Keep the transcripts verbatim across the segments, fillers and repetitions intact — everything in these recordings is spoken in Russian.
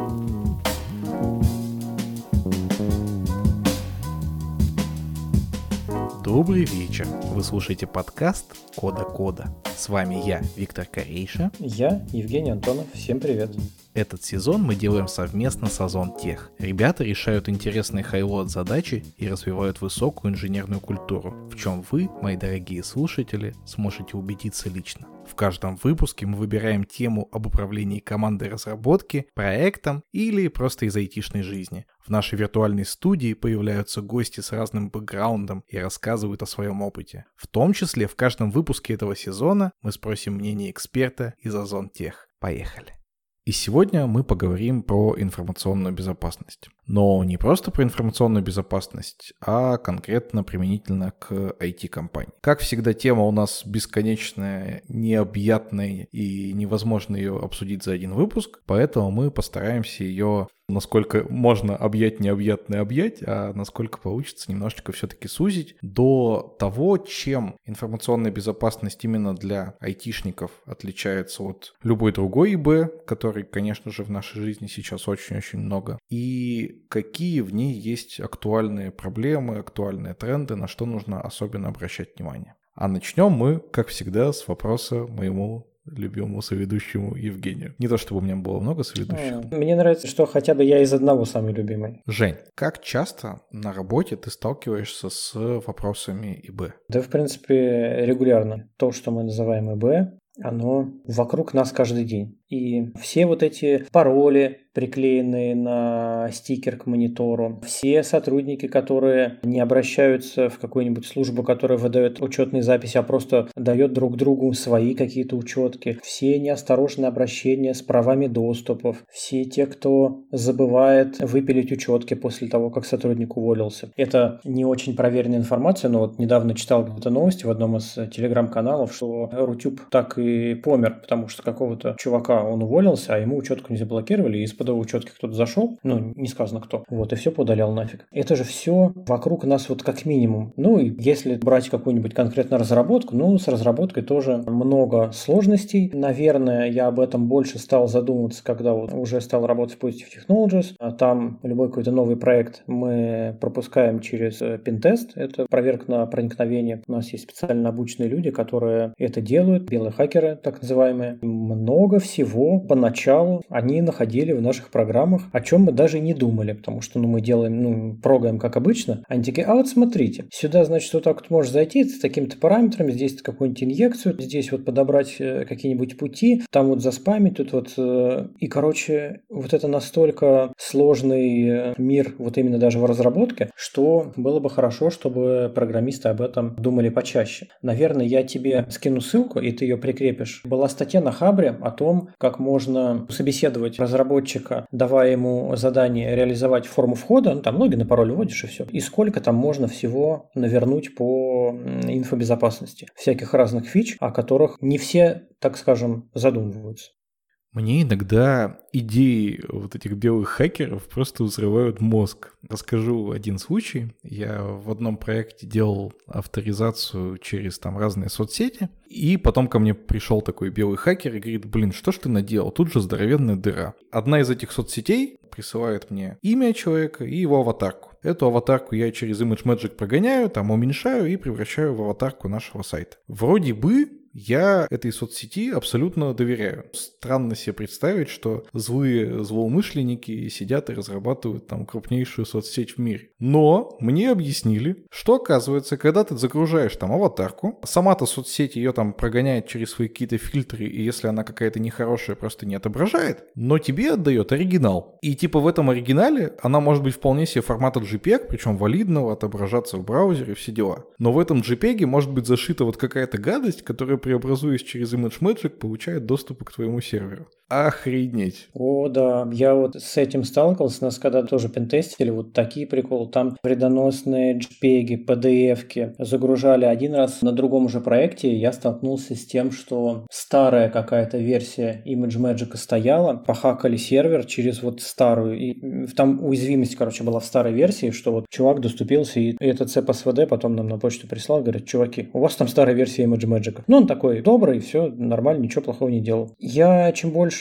Добрый вечер. Вы слушаете подкаст Кода Кода. С вами я, Виктор Корейша. Я, Евгений Антонов. Всем привет. Этот сезон мы делаем совместно с Озон Тех. Ребята решают интересные хай-лоад задачи и развивают высокую инженерную культуру, в чем вы, мои дорогие слушатели, сможете убедиться лично. В каждом выпуске мы выбираем тему об управлении командой разработки, проектом или просто из айтишной жизни. В нашей виртуальной студии появляются гости с разным бэкграундом и рассказывают о своем опыте. В том числе в каждом выпуске этого сезона мы спросим мнение эксперта из Озон Тех. Поехали! И сегодня мы поговорим про информационную безопасность. Но не просто про информационную безопасность, а конкретно применительно к ай ти-компании. Как всегда, тема у нас бесконечная, необъятная и невозможно ее обсудить за один выпуск, поэтому мы постараемся ее, насколько можно объять необъятное объять, а насколько получится немножечко все-таки сузить до того, чем информационная безопасность именно для айтишников отличается от любой другой ИБ, которой, конечно же, в нашей жизни сейчас очень-очень много, и какие в ней есть актуальные проблемы, актуальные тренды, на что нужно особенно обращать внимание. А начнем мы, как всегда, с вопроса моему любимому соведущему Евгению. Не то чтобы у меня было много соведущих. Мне нравится, что хотя бы я из одного самый любимый. Жень, как часто на работе ты сталкиваешься с вопросами ИБ? Да, в принципе, регулярно. То, что мы называем ИБ, оно вокруг нас каждый день. И все вот эти пароли, приклеенные на стикер к монитору, все сотрудники, которые не обращаются в какую-нибудь службу, которая выдает учетные записи, а просто дает друг другу свои какие-то учетки, все неосторожные обращения с правами доступов, все те, кто забывает выпилить учетки после того, как сотрудник уволился. Это не очень проверенная информация, но вот недавно читал где-то новости в одном из телеграм-каналов, что Рутюб так и помер, потому что какого-то чувака он уволился, а ему учетку не заблокировали, и из-под учетки кто-то зашел, ну, не сказано кто, вот, и все поудалял нафиг. Это же все вокруг нас вот как минимум. Ну, и если брать какую-нибудь конкретную разработку, ну, с разработкой тоже много сложностей. Наверное, я об этом больше стал задумываться, когда вот уже стал работать в Positive Technologies. А там любой какой-то новый проект мы пропускаем через пентест. Это проверка на проникновение. У нас есть специально обученные люди, которые это делают, белые хакеры, так называемые. Много всего поначалу они находили в наших программах, о чем мы даже не думали, потому что ну, мы делаем, ну, прогаем как обычно. Они такие, а вот смотрите, сюда, значит, вот так вот можешь зайти с такими-то параметрами, здесь какую-нибудь инъекцию, здесь вот подобрать какие-нибудь пути, там вот заспамить, тут вот... И, короче, вот это настолько сложный мир, вот именно даже в разработке, что было бы хорошо, чтобы программисты об этом думали почаще. Наверное, я тебе скину ссылку, и ты ее прикрепишь. Была статья на Хабре о том, как можно собеседовать разработчика, давая ему задание реализовать форму входа, ну, там логин и пароль вводишь и все. И сколько там можно всего навернуть по инфобезопасности. Всяких разных фич, о которых не все, так скажем, задумываются. Мне иногда идеи вот этих белых хакеров просто взрывают мозг. Расскажу один случай. Я в одном проекте делал авторизацию через там разные соцсети, и потом ко мне пришел такой белый хакер и говорит, блин, что ж ты наделал? Тут же здоровенная дыра. Одна из этих соцсетей присылает мне имя человека и его аватарку. Эту аватарку я через ImageMagick прогоняю, там уменьшаю и превращаю в аватарку нашего сайта. Вроде бы я этой соцсети абсолютно доверяю. Странно себе представить, что злые злоумышленники сидят и разрабатывают там крупнейшую соцсеть в мире. Но мне объяснили, что оказывается, когда ты загружаешь там аватарку, сама-то соцсеть ее там прогоняет через свои какие-то фильтры, и если она какая-то нехорошая, просто не отображает, но тебе отдает оригинал. И типа в этом оригинале она может быть вполне себе формата джей пи джи, причем валидного, отображаться в браузере, все дела. Но в этом джей пи джи может быть зашита вот какая-то гадость, которая, преобразуясь через ImageMagick, получает доступ к твоему серверу. Охренеть. О, да, я вот с этим сталкивался, нас когда тоже пентестили, вот такие приколы, там вредоносные джпеги, пи ди эф-ки загружали один раз на другом же проекте, я столкнулся с тем, что старая какая-то версия ImageMagick стояла, похакали сервер через вот старую, и там уязвимость, короче, была в старой версии, что вот чувак доступился, и этот си пи эс ви ди потом нам на почту прислал, говорит, чуваки, у вас там старая версия ImageMagick. Ну, он такой добрый, все нормально, ничего плохого не делал. Я чем больше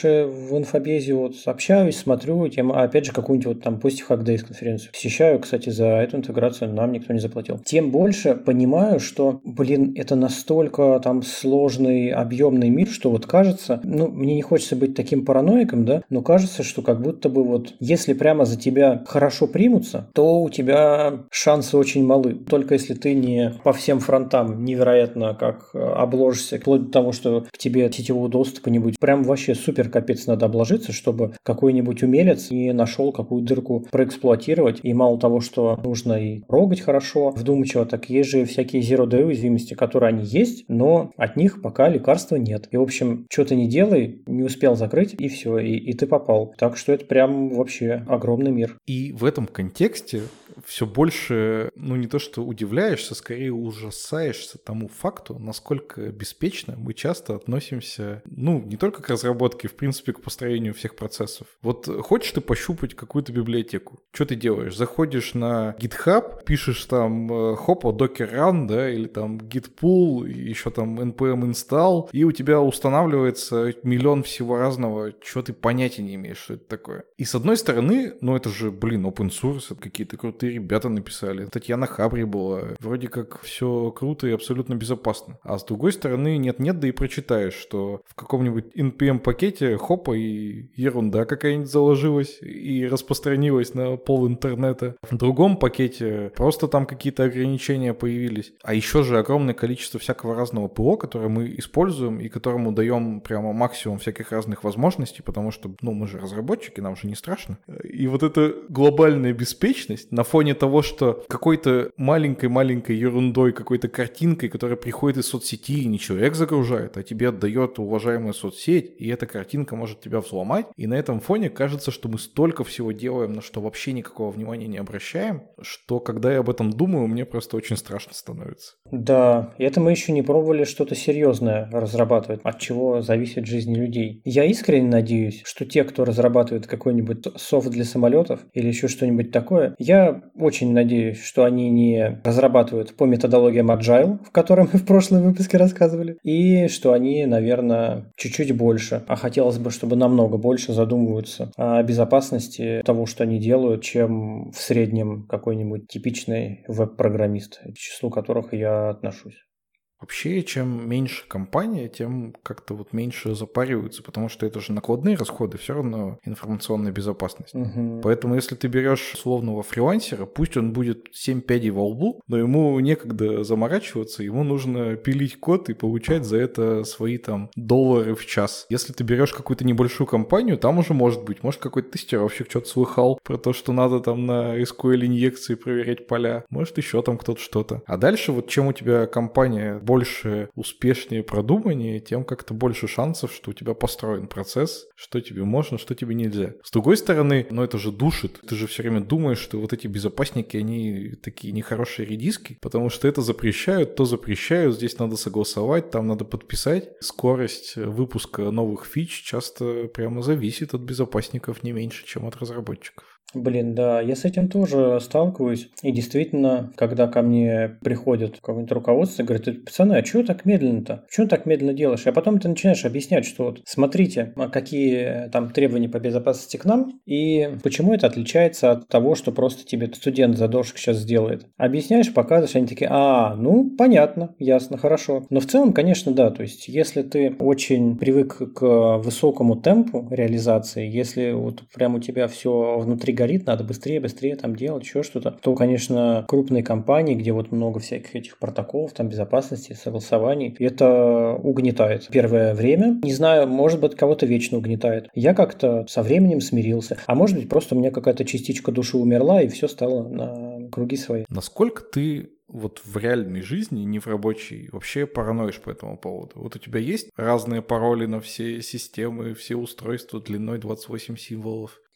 больше в инфобезе вот общаюсь, смотрю, тем, опять же, какую-нибудь вот там Positive Hack Days конференцию посещаю, кстати, за эту интеграцию нам никто не заплатил. Тем больше понимаю, что, блин, это настолько там сложный, объемный мир, что вот кажется, ну, мне не хочется быть таким параноиком, да, но кажется, что как будто бы вот, если прямо за тебя хорошо примутся, то у тебя шансы очень малы. Только если ты не по всем фронтам невероятно как обложишься, вплоть до того, что к тебе сетевого доступа не будет. Прям вообще супер капец надо обложиться, чтобы какой-нибудь умелец не нашел какую дырку проэксплуатировать. И мало того, что нужно и рогать хорошо, вдумчиво, так есть же всякие zero day уязвимости, которые они есть, но от них пока лекарства нет. И, в общем, что ты не делай, не успел закрыть, и все, и, и ты попал. Так что это прям вообще огромный мир. И в этом контексте все больше, ну не то что удивляешься, скорее ужасаешься тому факту, насколько беспечно мы часто относимся, ну не только к разработке, в принципе к построению всех процессов. Вот хочешь ты пощупать какую-то библиотеку, что ты делаешь? Заходишь на GitHub, пишешь там хопа, docker run, да, или там git pull, еще там npm install, и у тебя устанавливается миллион всего разного, что ты понятия не имеешь, что это такое. И с одной стороны, ну это же, блин, open source, какие-то крутые ребята написали. Статья на Хабре была. Вроде как все круто и абсолютно безопасно. А с другой стороны, нет-нет, да и прочитаешь, что в каком-нибудь эн пи эм-пакете хопа и ерунда какая-нибудь заложилась и распространилась на пол интернета. В другом пакете просто там какие-то ограничения появились. А еще же огромное количество всякого разного ПО, которое мы используем и которому даем прямо максимум всяких разных возможностей, потому что, ну, мы же разработчики, нам же не страшно. И вот эта глобальная беспечность на фоне того, что какой-то маленькой-маленькой ерундой, какой-то картинкой, которая приходит из соцсети и не человек загружает, а тебе отдает уважаемая соцсеть, и эта картинка может тебя взломать. И на этом фоне кажется, что мы столько всего делаем, на что вообще никакого внимания не обращаем, что когда я об этом думаю, мне просто очень страшно становится. Да, и это мы еще не пробовали что-то серьезное разрабатывать, от чего зависит жизнь людей. Я искренне надеюсь, что те, кто разрабатывает какой-нибудь софт для самолетов или еще что-нибудь такое, я очень надеюсь, что они не разрабатывают по методологиям Agile, в котором мы в прошлом выпуске рассказывали, и что они, наверное, чуть-чуть больше, а хотелось бы, чтобы намного больше задумываются о безопасности того, что они делают, чем в среднем какой-нибудь типичный веб-программист, к числу которых я отношусь. Вообще, чем меньше компания, тем как-то вот меньше запариваются, потому что это же накладные расходы, все равно информационная безопасность. Угу. Поэтому если ты берешь условного фрилансера, пусть он будет семь пядей во лбу, но ему некогда заморачиваться, ему нужно пилить код и получать за это свои там доллары в час. Если ты берешь какую-то небольшую компанию, там уже может быть, может какой-то тестировщик что-то слыхал про то, что надо там на эс ку эль-инъекции проверять поля, может еще там кто-то что-то. А дальше вот чем у тебя компания больше, успешнее, продуманнее, тем как-то больше шансов, что у тебя построен процесс, что тебе можно, что тебе нельзя. С другой стороны, ну это же душит. Ты же все время думаешь, что вот эти безопасники, они такие нехорошие редиски, потому что это запрещают, то запрещают, здесь надо согласовать, там надо подписать. Скорость выпуска новых фич часто прямо зависит от безопасников не меньше, чем от разработчиков. Блин, да, я с этим тоже сталкиваюсь. И действительно, когда ко мне приходит какое-нибудь руководство и говорит: пацаны, а чего так медленно-то? Почему так медленно делаешь? А потом ты начинаешь объяснять, что вот смотрите, какие там требования по безопасности к нам, и почему это отличается от того, что просто тебе студент-задошек сейчас сделает. Объясняешь, показываешь, они такие: а, ну, понятно, ясно, хорошо. Но в целом, конечно, да, то есть если ты очень привык к высокому темпу реализации, если вот прям у тебя все внутри горит, надо быстрее, быстрее там делать, еще что-то, то, конечно, крупные компании, где вот много всяких этих протоколов, там, безопасности, согласований, это угнетает первое время. Не знаю, может быть, кого-то вечно угнетает. Я как-то со временем смирился. А может быть, просто у меня какая-то частичка души умерла, и все стало на круги свои. Насколько ты вот в реальной жизни, не в рабочей, вообще параноишь по этому поводу? Вот у тебя есть разные пароли на все системы, все устройства длиной двадцать восемь символов?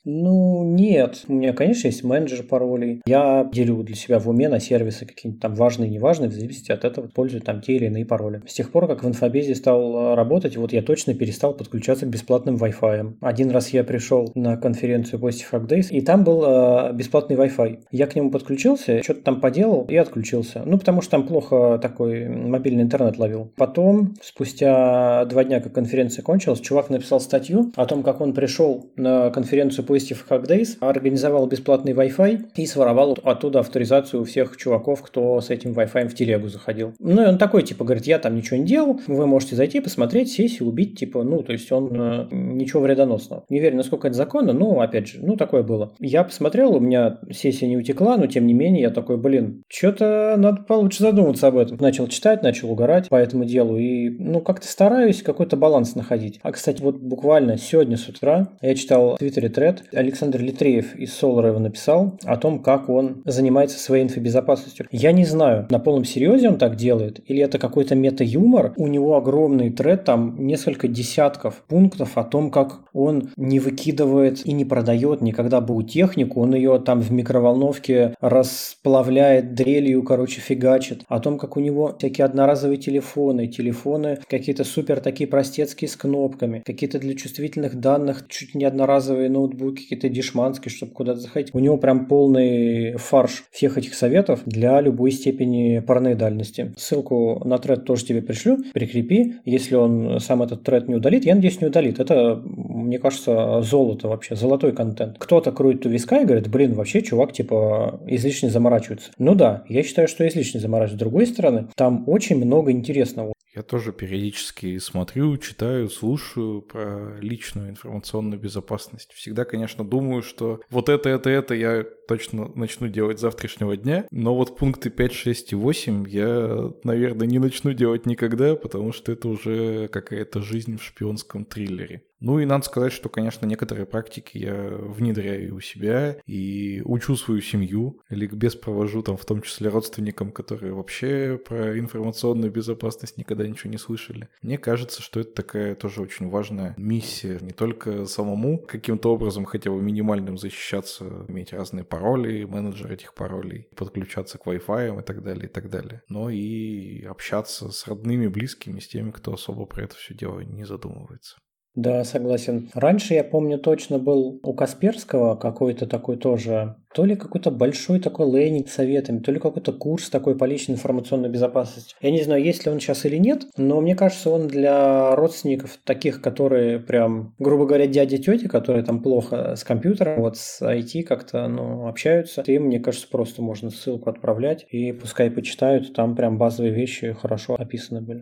Ну, нет. У меня, конечно, есть менеджер паролей. Я делю для себя в уме на сервисы какие-нибудь там важные и неважные, в зависимости от этого пользую там те или иные пароли. С тех пор, как в инфобезе стал работать, вот я точно перестал подключаться к бесплатным Wi-Fi. Один раз я пришел на конференцию Positive Hack Days, и там был э, бесплатный Wi-Fi. Я к нему подключился, что-то там поделал и отключился. Ну, потому что там плохо такой мобильный интернет ловил. Потом, спустя два дня, как конференция кончилась, чувак написал статью о том, как он пришел на конференцию Positive Hack Days, организовал бесплатный Wi-Fi и своровал оттуда авторизацию у всех чуваков, кто с этим Wi-Fi в телегу заходил. Ну, и он такой, типа, говорит, я там ничего не делал, вы можете зайти, посмотреть, сессию, убить, типа, ну, то есть он э, ничего вредоносного. Не верю, насколько это законно, но, опять же, ну, такое было. Я посмотрел, у меня сессия не утекла, но, тем не менее, я такой, блин, что-то надо получше задуматься об этом. Начал читать, начал угорать по этому делу и, ну, как-то стараюсь какой-то баланс находить. А, кстати, вот буквально сегодня с утра я читал в Твиттере тред, Александр Литреев из Solar его написал о том, как он занимается своей инфобезопасностью. Я не знаю, на полном серьезе он так делает, или это какой-то мета-юмор. У него огромный тред, там несколько десятков пунктов о том, как он не выкидывает и не продает никогда БУ-технику, он ее там в микроволновке расплавляет дрелью, короче, фигачит. О том, как у него всякие одноразовые телефоны, телефоны какие-то супер такие простецкие с кнопками, какие-то для чувствительных данных чуть не одноразовые ноутбуки, какие-то дешманские, чтобы куда-то заходить. У него прям полный фарш всех этих советов для любой степени параноидальности. Ссылку на тред тоже тебе пришлю, прикрепи. Если он сам этот тред не удалит, я надеюсь, не удалит. Это, мне кажется, золото вообще, золотой контент. Кто-то кроет у виска и говорит, блин, вообще чувак типа излишне заморачивается. Ну да, я считаю, что излишне заморачивается. С другой стороны, там очень много интересного. Я тоже периодически смотрю, читаю, слушаю про личную информационную безопасность. Всегда, конечно, думаю, что вот это, это, это я точно начну делать с завтрашнего дня, но вот пункты пять, шесть и восемь я, наверное, не начну делать никогда, потому что это уже какая-то жизнь в шпионском триллере. Ну и надо сказать, что, конечно, некоторые практики я внедряю у себя и учу свою семью, ликбез провожу там в том числе родственникам, которые вообще про информационную безопасность никогда ничего не слышали. Мне кажется, что это такая тоже очень важная миссия, не только самому каким-то образом хотя бы минимальным защищаться, иметь разные пароли, менеджер этих паролей, подключаться к Wi-Fi и так далее, и так далее, но и общаться с родными, близкими, с теми, кто особо про это все дело не задумывается. Да, согласен. Раньше, я помню, точно был у Касперского какой-то такой тоже, то ли какой-то большой такой лейнинг с советами, то ли какой-то курс такой по личной информационной безопасности. Я не знаю, есть ли он сейчас или нет, но мне кажется, он для родственников таких, которые прям, грубо говоря, дяди, тети, которые там плохо с компьютером, вот с ай ти как-то, ну, общаются. Им, мне кажется, просто можно ссылку отправлять, и пускай почитают, там прям базовые вещи хорошо описаны были.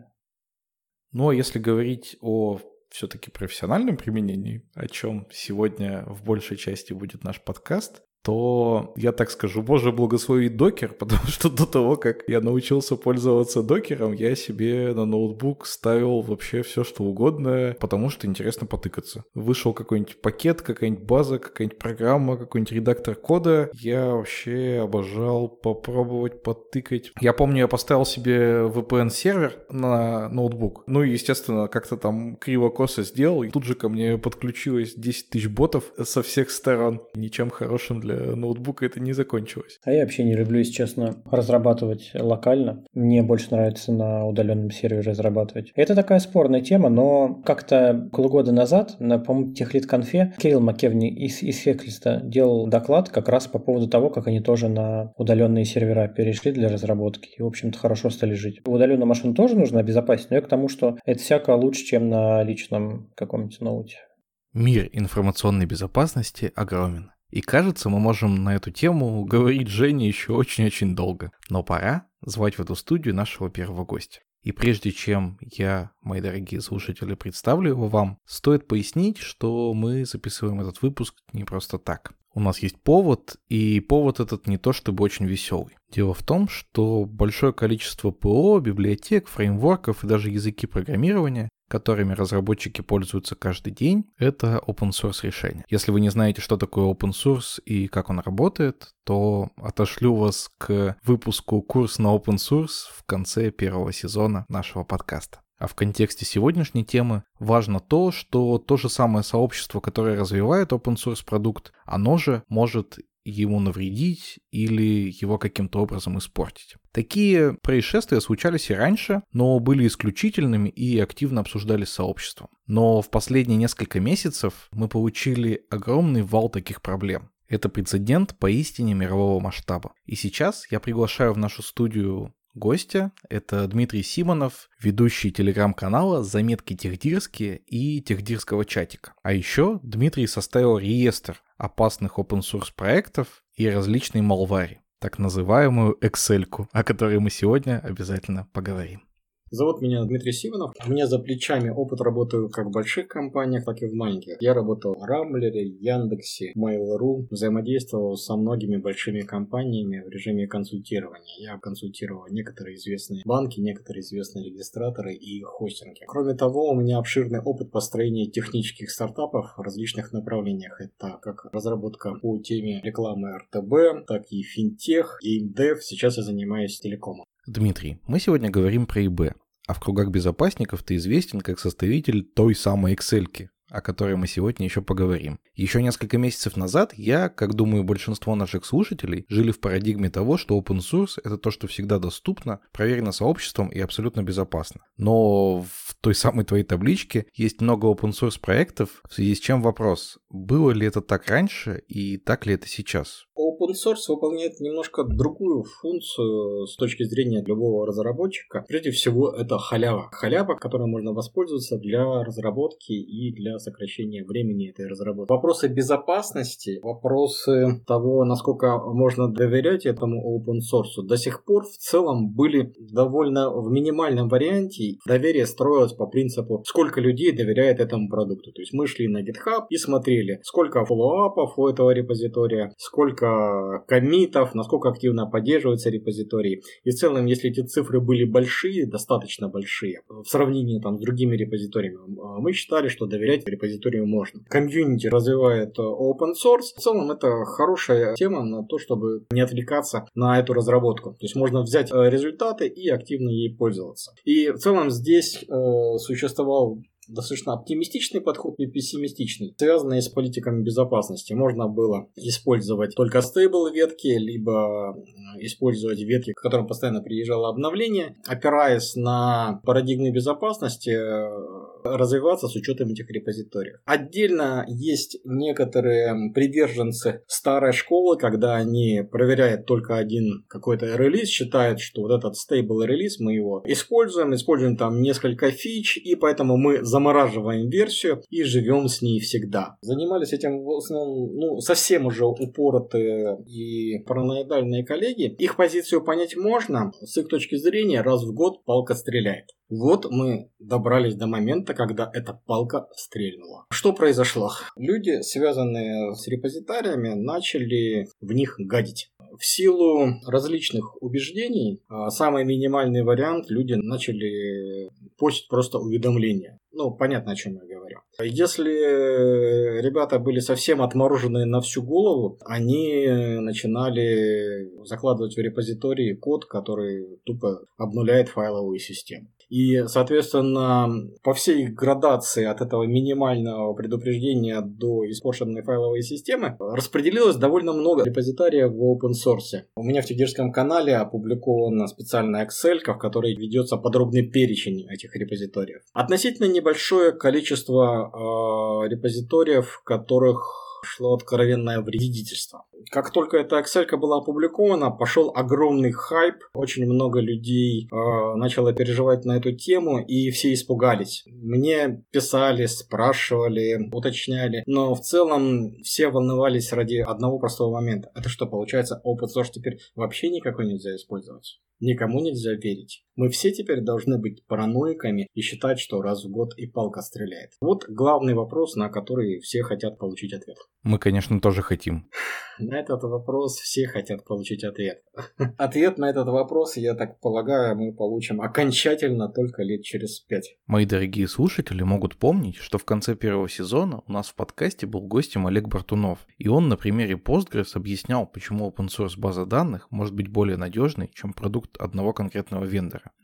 Ну, а если говорить о все-таки профессиональном применении, о чем сегодня в большей части будет наш подкаст, то я так скажу, Боже, благослови докер, потому что до того, как я научился пользоваться докером, я себе на ноутбук ставил вообще все, что угодно, потому что интересно потыкаться. Вышел какой-нибудь пакет, какая-нибудь база, какая-нибудь программа, какой-нибудь редактор кода. Я вообще обожал попробовать потыкать. Я помню, я поставил себе ви пи эн-сервер на ноутбук. Ну и, естественно, как-то там криво-косо сделал. И тут же ко мне подключилось десять тысяч ботов со всех сторон. Ничем хорошим для ноутбука это не закончилось. А я вообще не люблю, если честно, разрабатывать локально. Мне больше нравится на удаленном сервере разрабатывать. Это такая спорная тема, но как-то около года назад на, по-моему, техлит-конфе Кирилл Макевни из, из Хеклиста делал доклад как раз по поводу того, как они тоже на удаленные сервера перешли для разработки и, в общем-то, хорошо стали жить. Удаленную машину тоже нужно обезопасить, но я к тому, что это всяко лучше, чем на личном каком-нибудь ноуте. Мир информационной безопасности огромен. И кажется, мы можем на эту тему говорить Жене еще очень-очень долго. Но пора звать в эту студию нашего первого гостя. И прежде чем я, мои дорогие слушатели, представлю его вам, стоит пояснить, что мы записываем этот выпуск не просто так. У нас есть повод, и повод этот не то чтобы очень веселый. Дело в том, что большое количество ПО, библиотек, фреймворков и даже языки программирования, которыми разработчики пользуются каждый день, это open source решения. Если вы не знаете, что такое open source и как он работает, то отошлю вас к выпуску «Курс на open source» в конце первого сезона нашего подкаста. А в контексте сегодняшней темы важно то, что то же самое сообщество, которое развивает open source продукт, оно же может ему навредить или его каким-то образом испортить. Такие происшествия случались и раньше, но были исключительными и активно обсуждались сообществом. Но в последние несколько месяцев мы получили огромный вал таких проблем. Это прецедент поистине мирового масштаба. И сейчас я приглашаю в нашу студию гостя. Это Дмитрий Симонов, ведущий телеграм-канала «Заметки Техдирские» и Техдирского чатика. А еще Дмитрий составил реестр опасных open-source проектов и различной малвари, так называемую Excel-ку, о которой мы сегодня обязательно поговорим. Зовут меня Дмитрий Симонов. У меня за плечами опыт работы как в больших компаниях, так и в маленьких. Я работал в Рамблере, Яндексе, Mail.ru, взаимодействовал со многими большими компаниями в режиме консультирования. Я консультировал некоторые известные банки, некоторые известные регистраторы и хостинги. Кроме того, у меня обширный опыт построения технических стартапов в различных направлениях. Это как разработка по теме рекламы эр тэ бэ, так и финтех, геймдев. Сейчас я занимаюсь телекомом. Дмитрий, мы сегодня говорим про ИБ, а в кругах безопасников ты известен как составитель той самой Excel-ки, о которой мы сегодня еще поговорим. Еще несколько месяцев назад я, как думаю большинство наших слушателей, жили в парадигме того, что open source — это то, что всегда доступно, проверено сообществом и абсолютно безопасно. Но в той самой твоей табличке есть много open source проектов, в связи с чем вопрос, было ли это так раньше и так ли это сейчас? Open source выполняет немножко другую функцию с точки зрения любого разработчика. Прежде всего, это халява. Халява, которой можно воспользоваться для разработки и для сокращения времени этой разработки. Вопросы безопасности, вопросы того, насколько можно доверять этому open source, до сих пор в целом были довольно в минимальном варианте. Доверие строилось по принципу, сколько людей доверяет этому продукту. То есть мы шли на GitHub и смотрели, сколько фоллоуапов у этого репозитория, сколько коммитов, насколько активно поддерживается репозиторий. И в целом, если эти цифры были большие, достаточно большие, в сравнении там, с другими репозиториями, мы считали, что доверять репозиторию можно. Комьюнити развивает open source. В целом, это хорошая тема на то, чтобы не отвлекаться на эту разработку. То есть можно взять результаты и активно ей пользоваться. И в целом здесь э, существовал достаточно оптимистичный подход и пессимистичный, связанный с политиками безопасности. Можно было использовать только стейбл ветки, либо использовать ветки, к которым постоянно приезжало обновление, опираясь на парадигмы безопасности, развиваться с учетом этих репозиториев. Отдельно есть некоторые приверженцы старой школы, когда они проверяют только один какой-то релиз, считают, что вот этот стейбл релиз мы его используем, используем там несколько фич, и поэтому мы замораживаем версию и живем с ней всегда. Занимались этим в основном, ну, совсем уже упоротые и параноидальные коллеги. Их позицию понять можно, с их точки зрения раз в год палка стреляет. Вот мы добрались до момента, когда эта палка стрельнула. Что произошло? Люди, связанные с репозитариями, начали в них гадить. В силу различных убеждений, самый минимальный вариант, люди начали постить просто уведомления. Ну, понятно, о чем я говорю. Если ребята были совсем отмороженные на всю голову, они начинали закладывать в репозитории код, который тупо обнуляет файловую систему. И, соответственно, по всей градации от этого минимального предупреждения до испорченной файловой системы распределилось довольно много репозитариев в open source. У меня в Техдирском канале опубликована специальная Excel, в которой ведется подробный перечень этих репозиториев. Относительно небольшое количество э, репозиториев, в которых шло откровенное вредительство. Как только эта Excel была опубликована, пошел огромный хайп. Очень много людей э, начало переживать на эту тему, и все испугались. Мне писали, спрашивали, уточняли. Но в целом все волновались ради одного простого момента. Это что, получается, open source теперь вообще никакой нельзя использовать? Никому нельзя верить. Мы все теперь должны быть параноиками и считать, что раз в год и палка стреляет. Вот главный вопрос, на который все хотят получить ответ. Мы, конечно, тоже хотим. На этот вопрос все хотят получить ответ. Ответ на этот вопрос, я так полагаю, мы получим окончательно только лет через пять. Мои дорогие слушатели могут помнить, что в конце первого сезона у нас в подкасте был гостем Олег Бартунов, и он на примере Postgres объяснял, почему open source база данных может быть более надежной, чем продукт одного конкретного вендора.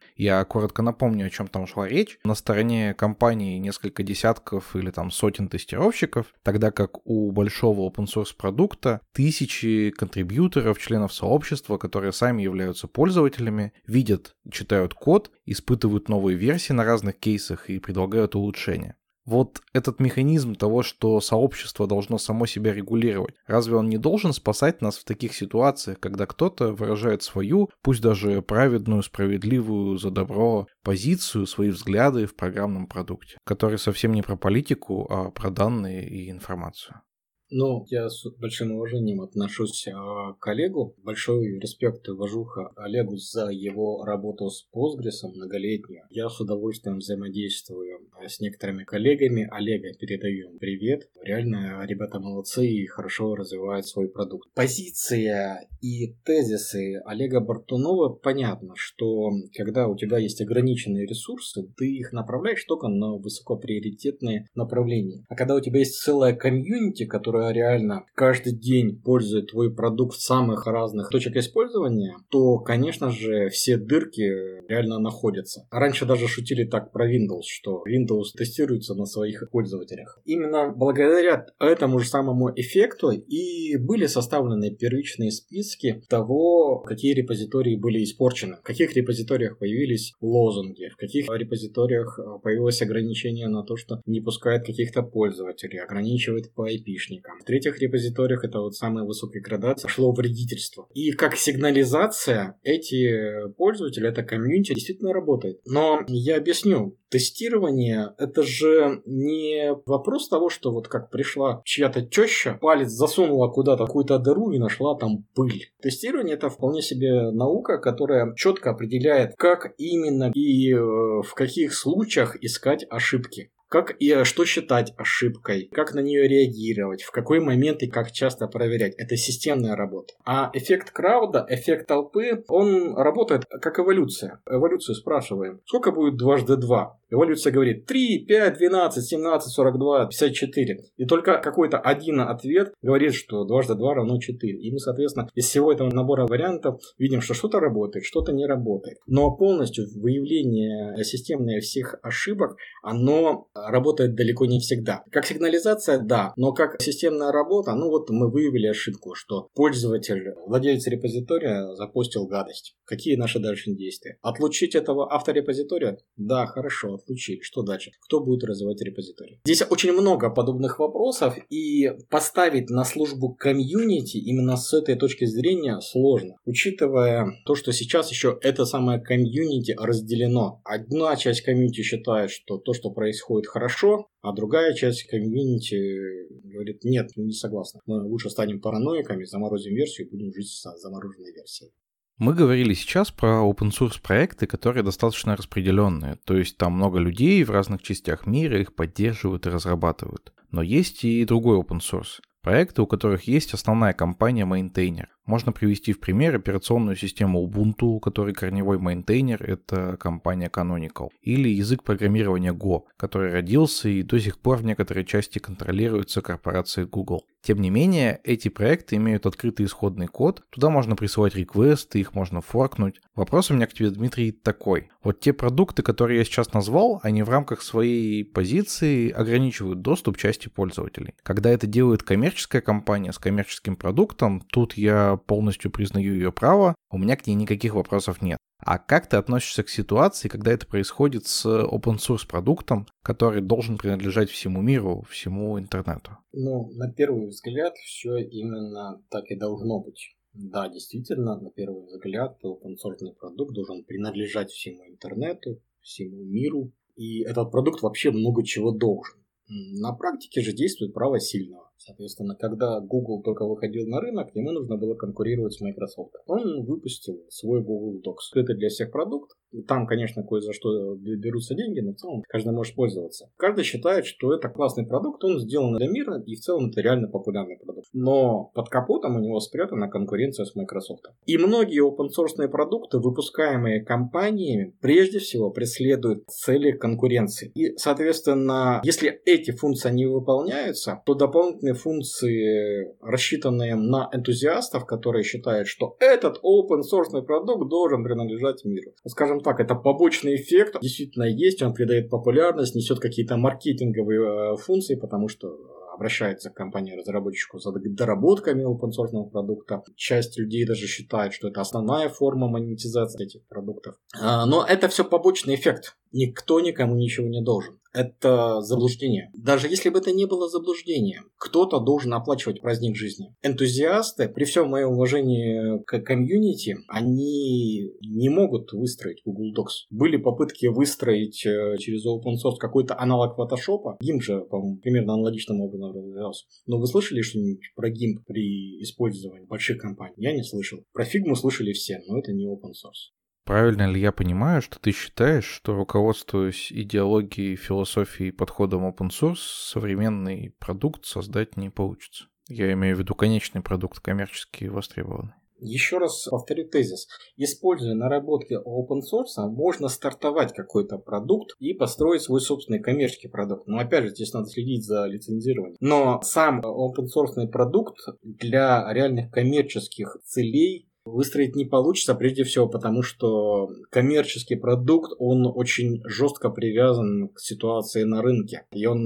Я коротко напомню, о чем там шла речь. На стороне компании несколько десятков или там сотен тестировщиков, тогда как у большого open-source продукта тысячи контрибьюторов, членов сообщества, которые сами являются пользователями, видят, читают код, испытывают новые версии на разных кейсах и предлагают улучшения. Вот этот механизм того, что сообщество должно само себя регулировать, разве он не должен спасать нас в таких ситуациях, когда кто-то выражает свою, пусть даже праведную, справедливую за добро позицию, свои взгляды в программном продукте, который совсем не про политику, а про данные и информацию? Ну, я с большим уважением отношусь к Олегу. Большой респект и уважуха Олегу за его работу с Postgres многолетнюю. Я с удовольствием взаимодействую с некоторыми коллегами. Олега передаю им привет. Реально, ребята молодцы и хорошо развивают свой продукт. Позиция и тезисы Олега Бартунова понятно, что когда у тебя есть ограниченные ресурсы, ты их направляешь только на высокоприоритетные направления. А когда у тебя есть целая комьюнити, которая реально каждый день пользует твой продукт в самых разных точках использования, то, конечно же, все дырки реально находятся. Раньше даже шутили так про Windows, что Windows тестируется на своих пользователях. Именно благодаря этому же самому эффекту и были составлены первичные списки того, какие репозитории были испорчены, в каких репозиториях появились лозунги, в каких репозиториях появилось ограничение на то, что не пускает каких-то пользователей, ограничивает по ай пи-шникам. В третьих репозиториях, это вот самая высокая градация, шло вредительство. И как сигнализация эти пользователи, эта комьюнити действительно работает. Но я объясню. Тестирование — это же не вопрос того, что вот как пришла чья-то теща, палец засунула куда-то какую-то дыру и нашла там пыль. Тестирование — это вполне себе наука, которая четко определяет, как именно и в каких случаях искать ошибки. Как и что считать ошибкой, как на нее реагировать, в какой момент и как часто проверять. Это системная работа. А эффект крауда, эффект толпы, он работает как эволюция. Эволюцию спрашиваем, сколько будет дважды два? Эволюция говорит три, пять, двенадцать, семнадцать, сорок два, пятьдесят четыре. И только какой-то один ответ говорит, что дважды два равно четыре. И мы, соответственно, из всего этого набора вариантов видим, что что-то работает, что-то не работает. Но полностью выявление системное всех ошибок, оно работает далеко не всегда. Как сигнализация, да, но как системная работа, ну вот мы выявили ошибку, что пользователь, владелец репозитория запостил гадость. Какие наши дальше действия? Отлучить этого авторепозитория? Да, хорошо, отлучили. Что дальше? Кто будет развивать репозиторий? Здесь очень много подобных вопросов, и поставить на службу комьюнити именно с этой точки зрения сложно. Учитывая то, что сейчас еще это самое комьюнити разделено. Одна часть комьюнити считает, что то, что происходит, хорошо, а другая часть комьюнити говорит, нет, мы не согласны. Мы лучше станем параноиками, заморозим версию и будем жить с замороженной версией. Мы говорили сейчас про open-source проекты, которые достаточно распределенные, то есть там много людей в разных частях мира их поддерживают и разрабатывают. Но есть и другой open-source. Проекты, у которых есть основная компания-мейнтейнер. Можно привести в пример операционную систему Ubuntu, у которой корневой мейнтейнер — это компания Canonical. Или язык программирования Go, который родился и до сих пор в некоторой части контролируется корпорацией Google. Тем не менее, эти проекты имеют открытый исходный код, туда можно присылать реквесты, их можно форкнуть. Вопрос у меня к тебе, Дмитрий, такой. Вот те продукты, которые я сейчас назвал, они в рамках своей позиции ограничивают доступ части пользователей. Когда это делает коммерческая компания с коммерческим продуктом, тут я полностью признаю ее право, у меня к ней никаких вопросов нет. А как ты относишься к ситуации, когда это происходит с open-source продуктом, который должен принадлежать всему миру, всему интернету? Ну, на первый взгляд, все именно так и должно быть. Да, действительно, на первый взгляд, open-source продукт должен принадлежать всему интернету, всему миру. И этот продукт вообще много чего должен. На практике же действует право сильного. Соответственно, когда Google только выходил на рынок, ему нужно было конкурировать с Microsoft. Он выпустил свой Google Docs. Скрытый для всех продукт. Там, конечно, кое за что берутся деньги, но в целом каждый может пользоваться. Каждый считает, что это классный продукт, он сделан для мира, и в целом это реально популярный продукт. Но под капотом у него спрятана конкуренция с Microsoft. И многие open-source продукты, выпускаемые компаниями, прежде всего преследуют цели конкуренции. И, соответственно, если эти функции не выполняются, то дополнительные функции, рассчитанные на энтузиастов, которые считают, что этот open-source продукт должен принадлежать миру. Скажем скажем так, это побочный эффект, действительно есть, он придает популярность, несет какие-то маркетинговые функции, потому что обращается к компании-разработчику за доработками open-source продукта. Часть людей даже считает, что это основная форма монетизации этих продуктов. Но это все побочный эффект. Никто никому ничего не должен. Это заблуждение. Даже если бы это не было заблуждением, кто-то должен оплачивать праздник жизни. Энтузиасты, при всем моем уважении к комьюнити, они не могут выстроить Google Docs. Были попытки выстроить через open source какой-то аналог Photoshop. гимп же, по-моему, примерно аналогичным образом развивался. Но вы слышали что-нибудь про гимп при использовании больших компаний? Я не слышал. Про Figma слышали все, но это не open source. Правильно ли я понимаю, что ты считаешь, что, руководствуясь идеологией, философией и подходом open source, современный продукт создать не получится? Я имею в виду конечный продукт, коммерчески востребованный. Еще раз повторю тезис. Используя наработки open source, можно стартовать какой-то продукт и построить свой собственный коммерческий продукт. Но опять же, здесь надо следить за лицензированием. Но сам open source продукт для реальных коммерческих целей выстроить не получится, прежде всего потому, что коммерческий продукт, он очень жестко привязан к ситуации на рынке. И он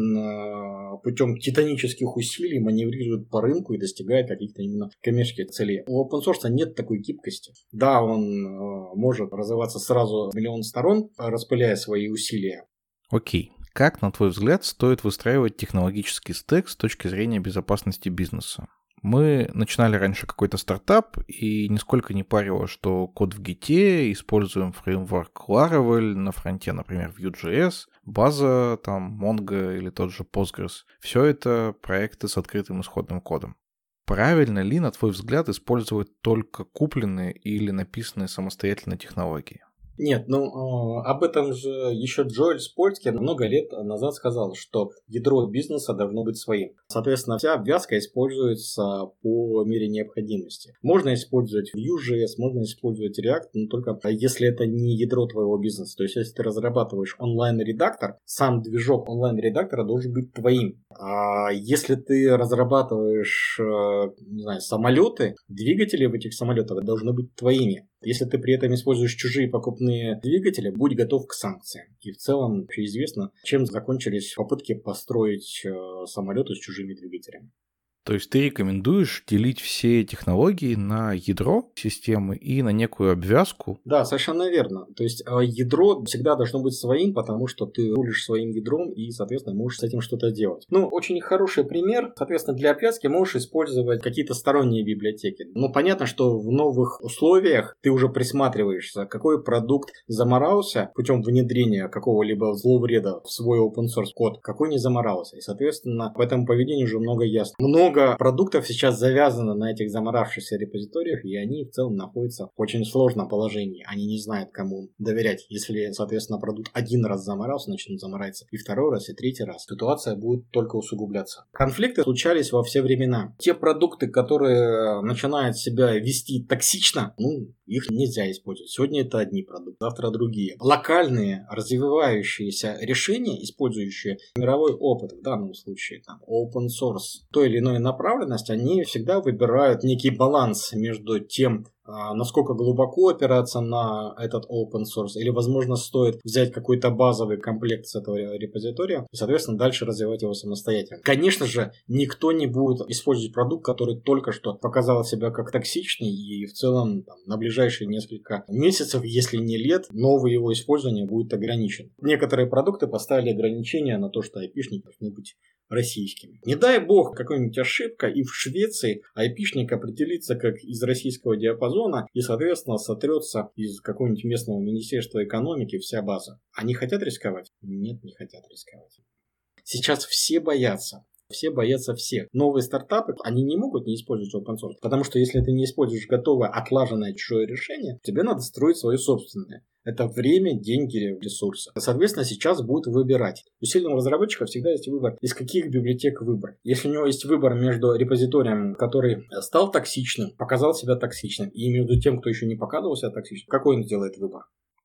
э, путем титанических усилий маневрирует по рынку и достигает каких-то именно коммерческих целей. У open source нет такой гибкости. Да, он э, может развиваться сразу в миллион сторон, распыляя свои усилия. Окей. Как, на твой взгляд, стоит выстраивать технологический стек с точки зрения безопасности бизнеса? Мы начинали раньше какой-то стартап и нисколько не парило, что код в Git, используем фреймворк Laravel, на фронте, например, Vue.js, база, там, Mongo или тот же Postgres. Все это проекты с открытым исходным кодом. Правильно ли, на твой взгляд, использовать только купленные или написанные самостоятельно технологии? Нет, ну э, об этом же еще Джоэль Спольский много лет назад сказал, что ядро бизнеса должно быть своим. Соответственно, вся обвязка используется по мере необходимости. Можно использовать Vue.js, можно использовать React, но только если это не ядро твоего бизнеса. То есть, если ты разрабатываешь онлайн-редактор, сам движок онлайн-редактора должен быть твоим. А если ты разрабатываешь, э, не знаю, самолеты, двигатели в этих самолетах должны быть твоими. Если ты при этом используешь чужие покупные двигатели, будь готов к санкциям. И в целом вообще известно, чем закончились попытки построить э, самолеты с чужими двигателями. То есть ты рекомендуешь делить все технологии на ядро системы и на некую обвязку? Да, совершенно верно. То есть ядро всегда должно быть своим, потому что ты рулишь своим ядром и, соответственно, можешь с этим что-то делать. Ну, очень хороший пример. Соответственно, для обвязки можешь использовать какие-то сторонние библиотеки. Ну, понятно, что в новых условиях ты уже присматриваешься, какой продукт заморался путем внедрения какого-либо зловреда в свой open source код, какой не заморался. И, соответственно, по этому поведению уже много ясно. Много Много продуктов сейчас завязано на этих заморавшихся репозиториях, и они в целом находятся в очень сложном положении. Они не знают, кому доверять. Если, соответственно, продукт один раз заморался, значит он заморается и второй раз, и третий раз. Ситуация будет только усугубляться. Конфликты случались во все времена. Те продукты, которые начинают себя вести токсично, ну, их нельзя использовать. Сегодня это одни продукты, завтра другие. Локальные, развивающиеся решения, использующие мировой опыт, в данном случае там, open source, той или иной направленность, они всегда выбирают некий баланс между тем, насколько глубоко опираться на этот open source, или, возможно, стоит взять какой-то базовый комплект с этого репозитория и, соответственно, дальше развивать его самостоятельно. Конечно же, никто не будет использовать продукт, который только что показал себя как токсичный, и в целом там, на ближайшие несколько месяцев, если не лет, новое его использование будет ограничено. Некоторые продукты поставили ограничения на то, что айпишники должны быть российскими. Не дай бог какая-нибудь ошибка, и в Швеции айпишник определится как из российского диапазона и, соответственно, сотрется из какого-нибудь местного министерства экономики вся база. Они хотят рисковать? Нет, не хотят рисковать. Сейчас все боятся. Все боятся всех. Новые стартапы, они не могут не использовать open source, потому что если ты не используешь готовое, отлаженное чужое решение, тебе надо строить свое собственное. Это время, деньги, ресурсы. Соответственно, сейчас будут выбирать. У сильного разработчика всегда есть выбор, из каких библиотек выбрать. Если у него есть выбор между репозиторием, который стал токсичным, показал себя токсичным, и между тем, кто еще не показывал себя токсичным, какой он сделает выбор?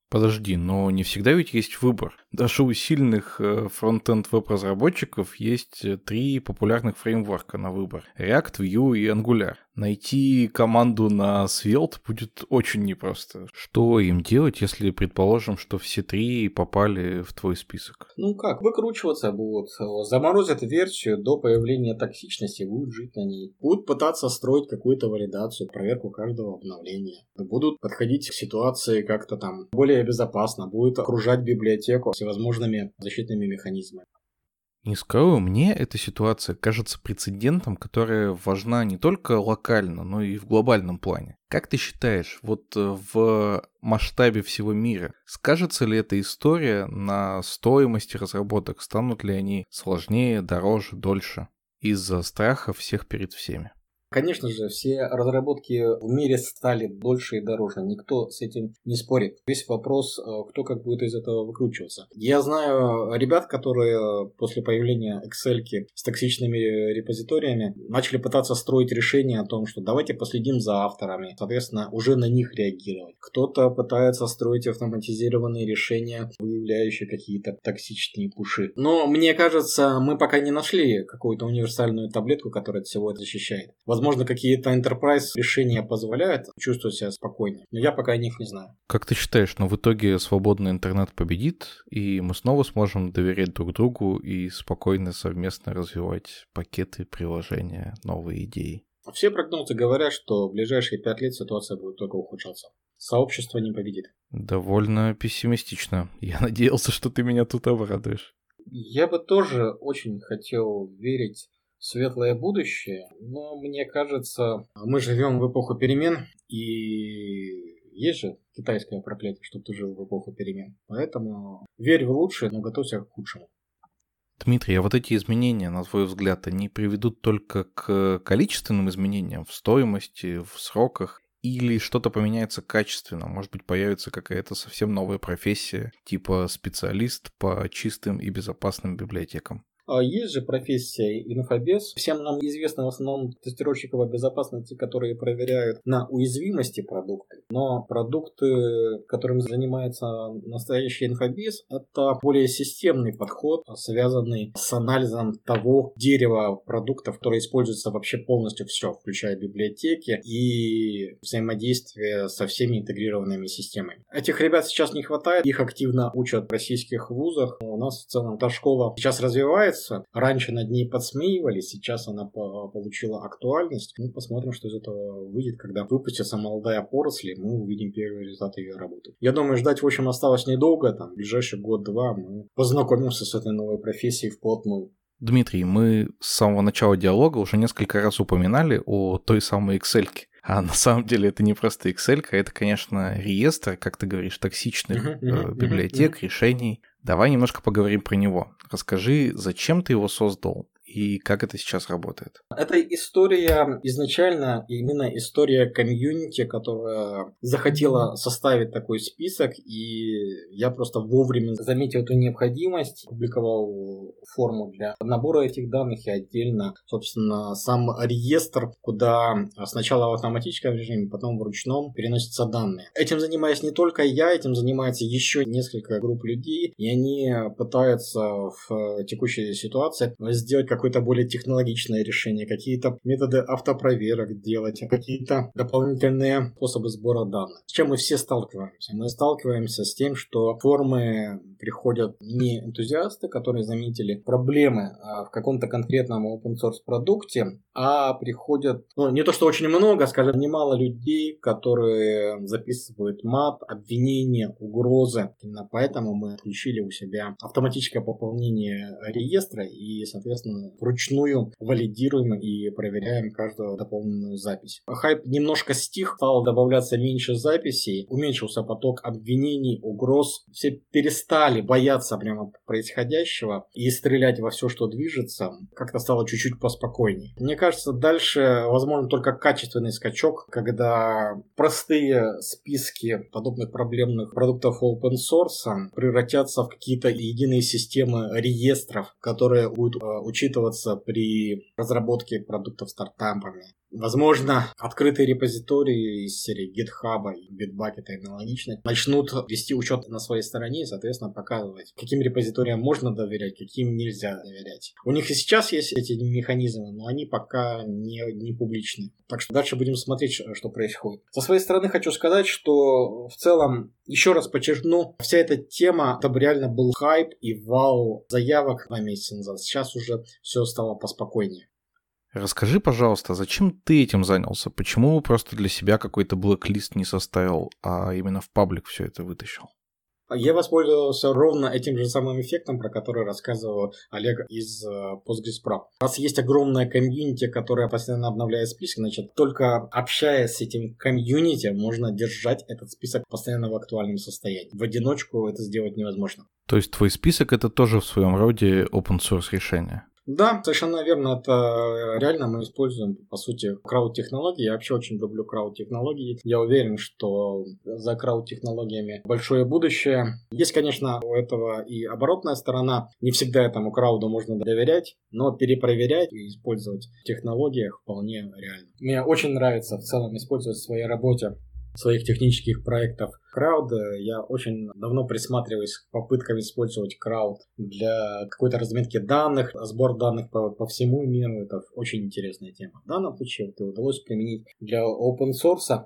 Подожди, но не всегда ведь есть выбор. Даже у сильных фронт-энд веб-разработчиков есть три популярных фреймворка на выбор. React, Vue и Angular. Найти команду на Svelte будет очень непросто. Что им делать, если предположим, что все три попали в твой список? Ну как, выкручиваться будут. Заморозят версию до появления токсичности, будут жить на ней. Будут пытаться строить какую-то валидацию, проверку каждого обновления. Будут подходить к ситуации как-то там более безопасно. Будут окружать библиотеку всевозможными защитными механизмами. Не скажу, мне эта ситуация кажется прецедентом, которая важна не только локально, но и в глобальном плане. Как ты считаешь, вот в масштабе всего мира, скажется ли эта история на стоимости разработок? Станут ли они сложнее, дороже, дольше из-за страха всех перед всеми? Конечно же, все разработки в мире стали дольше и дороже. Никто с этим не спорит. Весь вопрос, кто как будет из этого выкручиваться. Я знаю ребят, которые после появления Excel-ки с токсичными репозиториями начали пытаться строить решение о том, что давайте последим за авторами, соответственно, уже на них реагировать. Кто-то пытается строить автоматизированные решения, выявляющие какие-то токсичные пуши. Но мне кажется, мы пока не нашли какую-то универсальную таблетку, которая от всего это защищает. Возможно, какие-то enterprise решения позволяют чувствовать себя спокойнее, но я пока о них не знаю. Как ты считаешь, но в итоге свободный интернет победит, и мы снова сможем доверять друг другу и спокойно совместно развивать пакеты, приложения, новые идеи? Все прогнозы говорят, что в ближайшие пять лет ситуация будет только ухудшаться. Сообщество не победит. Довольно пессимистично. Я надеялся, что ты меня тут обрадуешь. Я бы тоже очень хотел верить светлое будущее, но мне кажется, мы живем в эпоху перемен, и есть же китайское проклятие, чтобы ты жил в эпоху перемен. Поэтому верь в лучшее, но готовься к худшему. Дмитрий, а вот эти изменения, на твой взгляд, они приведут только к количественным изменениям в стоимости, в сроках, или что-то поменяется качественно? Может быть, появится какая-то совсем новая профессия, типа специалист по чистым и безопасным библиотекам? Есть же профессия инфобез. Всем нам известны в основном тестировщиков безопасности, которые проверяют на уязвимости продукты. Но продукты, которым занимается настоящий инфобез, это более системный подход, связанный с анализом того дерева продуктов, которые используются вообще полностью все, включая библиотеки и взаимодействие со всеми интегрированными системами. Этих ребят сейчас не хватает, их активно учат в российских вузах. У нас в целом та школа сейчас развивается. Раньше над ней подсмеивались, сейчас она получила актуальность. Мы посмотрим, что из этого выйдет, когда выпустится молодая поросль, мы увидим первые результаты ее работы. Я думаю, ждать, в общем, осталось недолго. Там, в ближайший год-два мы познакомимся с этой новой профессией вплотную. Дмитрий, мы с самого начала диалога уже несколько раз упоминали о той самой Excel-ке. А на самом деле это не просто Excel-ка, это, конечно, реестр, как ты говоришь, токсичных uh-huh, uh-huh, библиотек, uh-huh. решений. Давай немножко поговорим про него. Расскажи, зачем ты его создал и как это сейчас работает? Это история изначально, именно история комьюнити, которая захотела составить такой список, и я просто вовремя заметил эту необходимость, публиковал форму для набора этих данных и отдельно, собственно, сам реестр, куда сначала в автоматическом режиме, потом в ручном переносятся данные. Этим занимаюсь не только я, этим занимается еще несколько групп людей, и они пытаются в текущей ситуации сделать какое-то более технологичное решение, какие-то методы автопроверок делать, какие-то дополнительные способы сбора данных. С чем мы все сталкиваемся? Мы сталкиваемся с тем, что в формы приходят не энтузиасты, которые заметили проблемы в каком-то конкретном open source продукте, а приходят, ну, не то что очень много, скажем, немало людей, которые записывают мат, обвинения, угрозы. Именно поэтому мы отключили у себя автоматическое пополнение реестра и, соответственно, вручную валидируем и проверяем каждую дополненную запись. Хайп немножко стих, стало добавляться меньше записей, уменьшился поток обвинений, угроз. Все перестали бояться прямо происходящего и стрелять во все, что движется. Как-то стало чуть-чуть поспокойнее. Мне кажется, дальше возможно только качественный скачок, когда простые списки подобных проблемных продуктов open source превратятся в какие-то единые системы реестров, которые будут э, учитываться при разработке продуктов стартапами. Возможно, открытые репозитории из серии GitHub, Bitbucket и аналогичных начнут вести учет на своей стороне и, соответственно, показывать, каким репозиториям можно доверять, каким нельзя доверять. У них и сейчас есть эти механизмы, но они пока не, не публичны. Так что дальше будем смотреть, что происходит. Со своей стороны хочу сказать, что в целом, еще раз подчеркну, вся эта тема, это реально был хайп и вал заявок два месяца назад. Сейчас уже все стало поспокойнее. Расскажи, пожалуйста, зачем ты этим занялся? Почему просто для себя какой-то блэк-лист не составил, а именно в паблик все это вытащил? Я воспользовался ровно этим же самым эффектом, про который рассказывал Олег из PostgreSprep. У нас есть огромная комьюнити, которая постоянно обновляет список, значит, только общаясь с этим комьюнити, можно держать этот список постоянно в актуальном состоянии. В одиночку это сделать невозможно. То есть твой список — это тоже в своем роде open-source решение? Да, совершенно верно. Это реально мы используем, по сути, крауд-технологии. Я вообще очень люблю крауд-технологии. Я уверен, что за крауд-технологиями большое будущее. Есть, конечно, у этого и оборотная сторона. Не всегда этому крауду можно доверять, но перепроверять и использовать в технологиях вполне реально. Мне очень нравится в целом использовать в своей работе, своих технических проектов крауд. Я очень давно присматриваюсь к попыткам использовать крауд для какой-то разметки данных, сбор данных по, по всему миру. Это очень интересная тема. В данном случае это удалось применить для open source,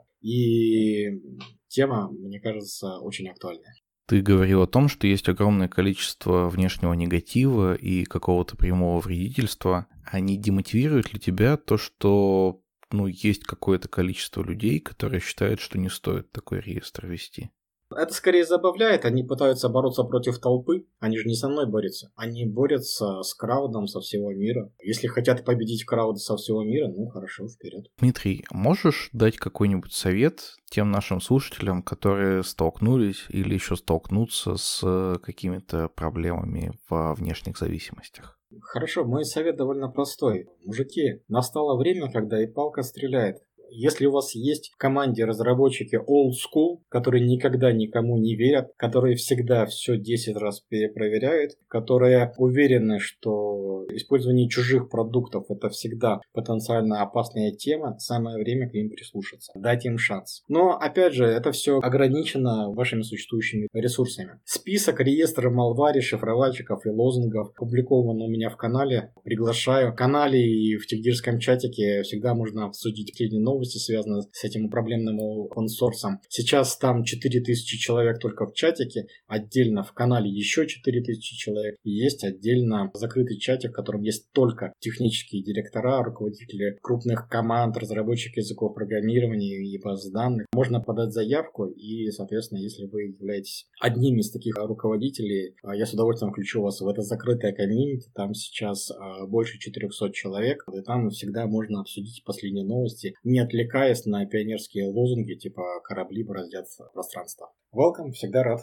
и тема, мне кажется, очень актуальная. Ты говорил о том, что есть огромное количество внешнего негатива и какого-то прямого вредительства. А не демотивирует ли тебя то, что ну, есть какое-то количество людей, которые считают, что не стоит такой реестр вести? Это скорее забавляет. Они пытаются бороться против толпы. Они же не со мной борются. Они борются с краудом со всего мира. Если хотят победить крауд со всего мира, ну хорошо, вперед. Дмитрий, можешь дать какой-нибудь совет тем нашим слушателям, которые столкнулись или еще столкнутся с какими-то проблемами во внешних зависимостях? Хорошо, мой совет довольно простой. Мужики, настало время, когда и палка стреляет. Если у вас есть в команде разработчики old school, которые никогда никому не верят, которые всегда все десять раз перепроверяют, которые уверены, что использование чужих продуктов это всегда потенциально опасная тема, самое время к ним прислушаться, дать им шанс. Но, опять же, это все ограничено вашими существующими ресурсами. Список, реестр malware, шифровальщиков и лозунгов опубликован у меня в канале. Приглашаю. В канале и в тегдирском чатике всегда можно обсудить последние новости, связанные с этим проблемным open source. Сейчас там четыре тысячи человек только в чатике, отдельно в канале еще четыре тысячи человек. И есть отдельно закрытый чатик, в котором есть только технические директора, руководители крупных команд, разработчики языков программирования и баз данных. Можно подать заявку и, соответственно, если вы являетесь одним из таких руководителей, я с удовольствием включу вас в это закрытое комьюнити. Там сейчас больше четырехсот человек, и там всегда можно обсудить последние новости, не отвлекаясь на пионерские лозунги типа «корабли бороздят пространство». Welcome, всегда рад.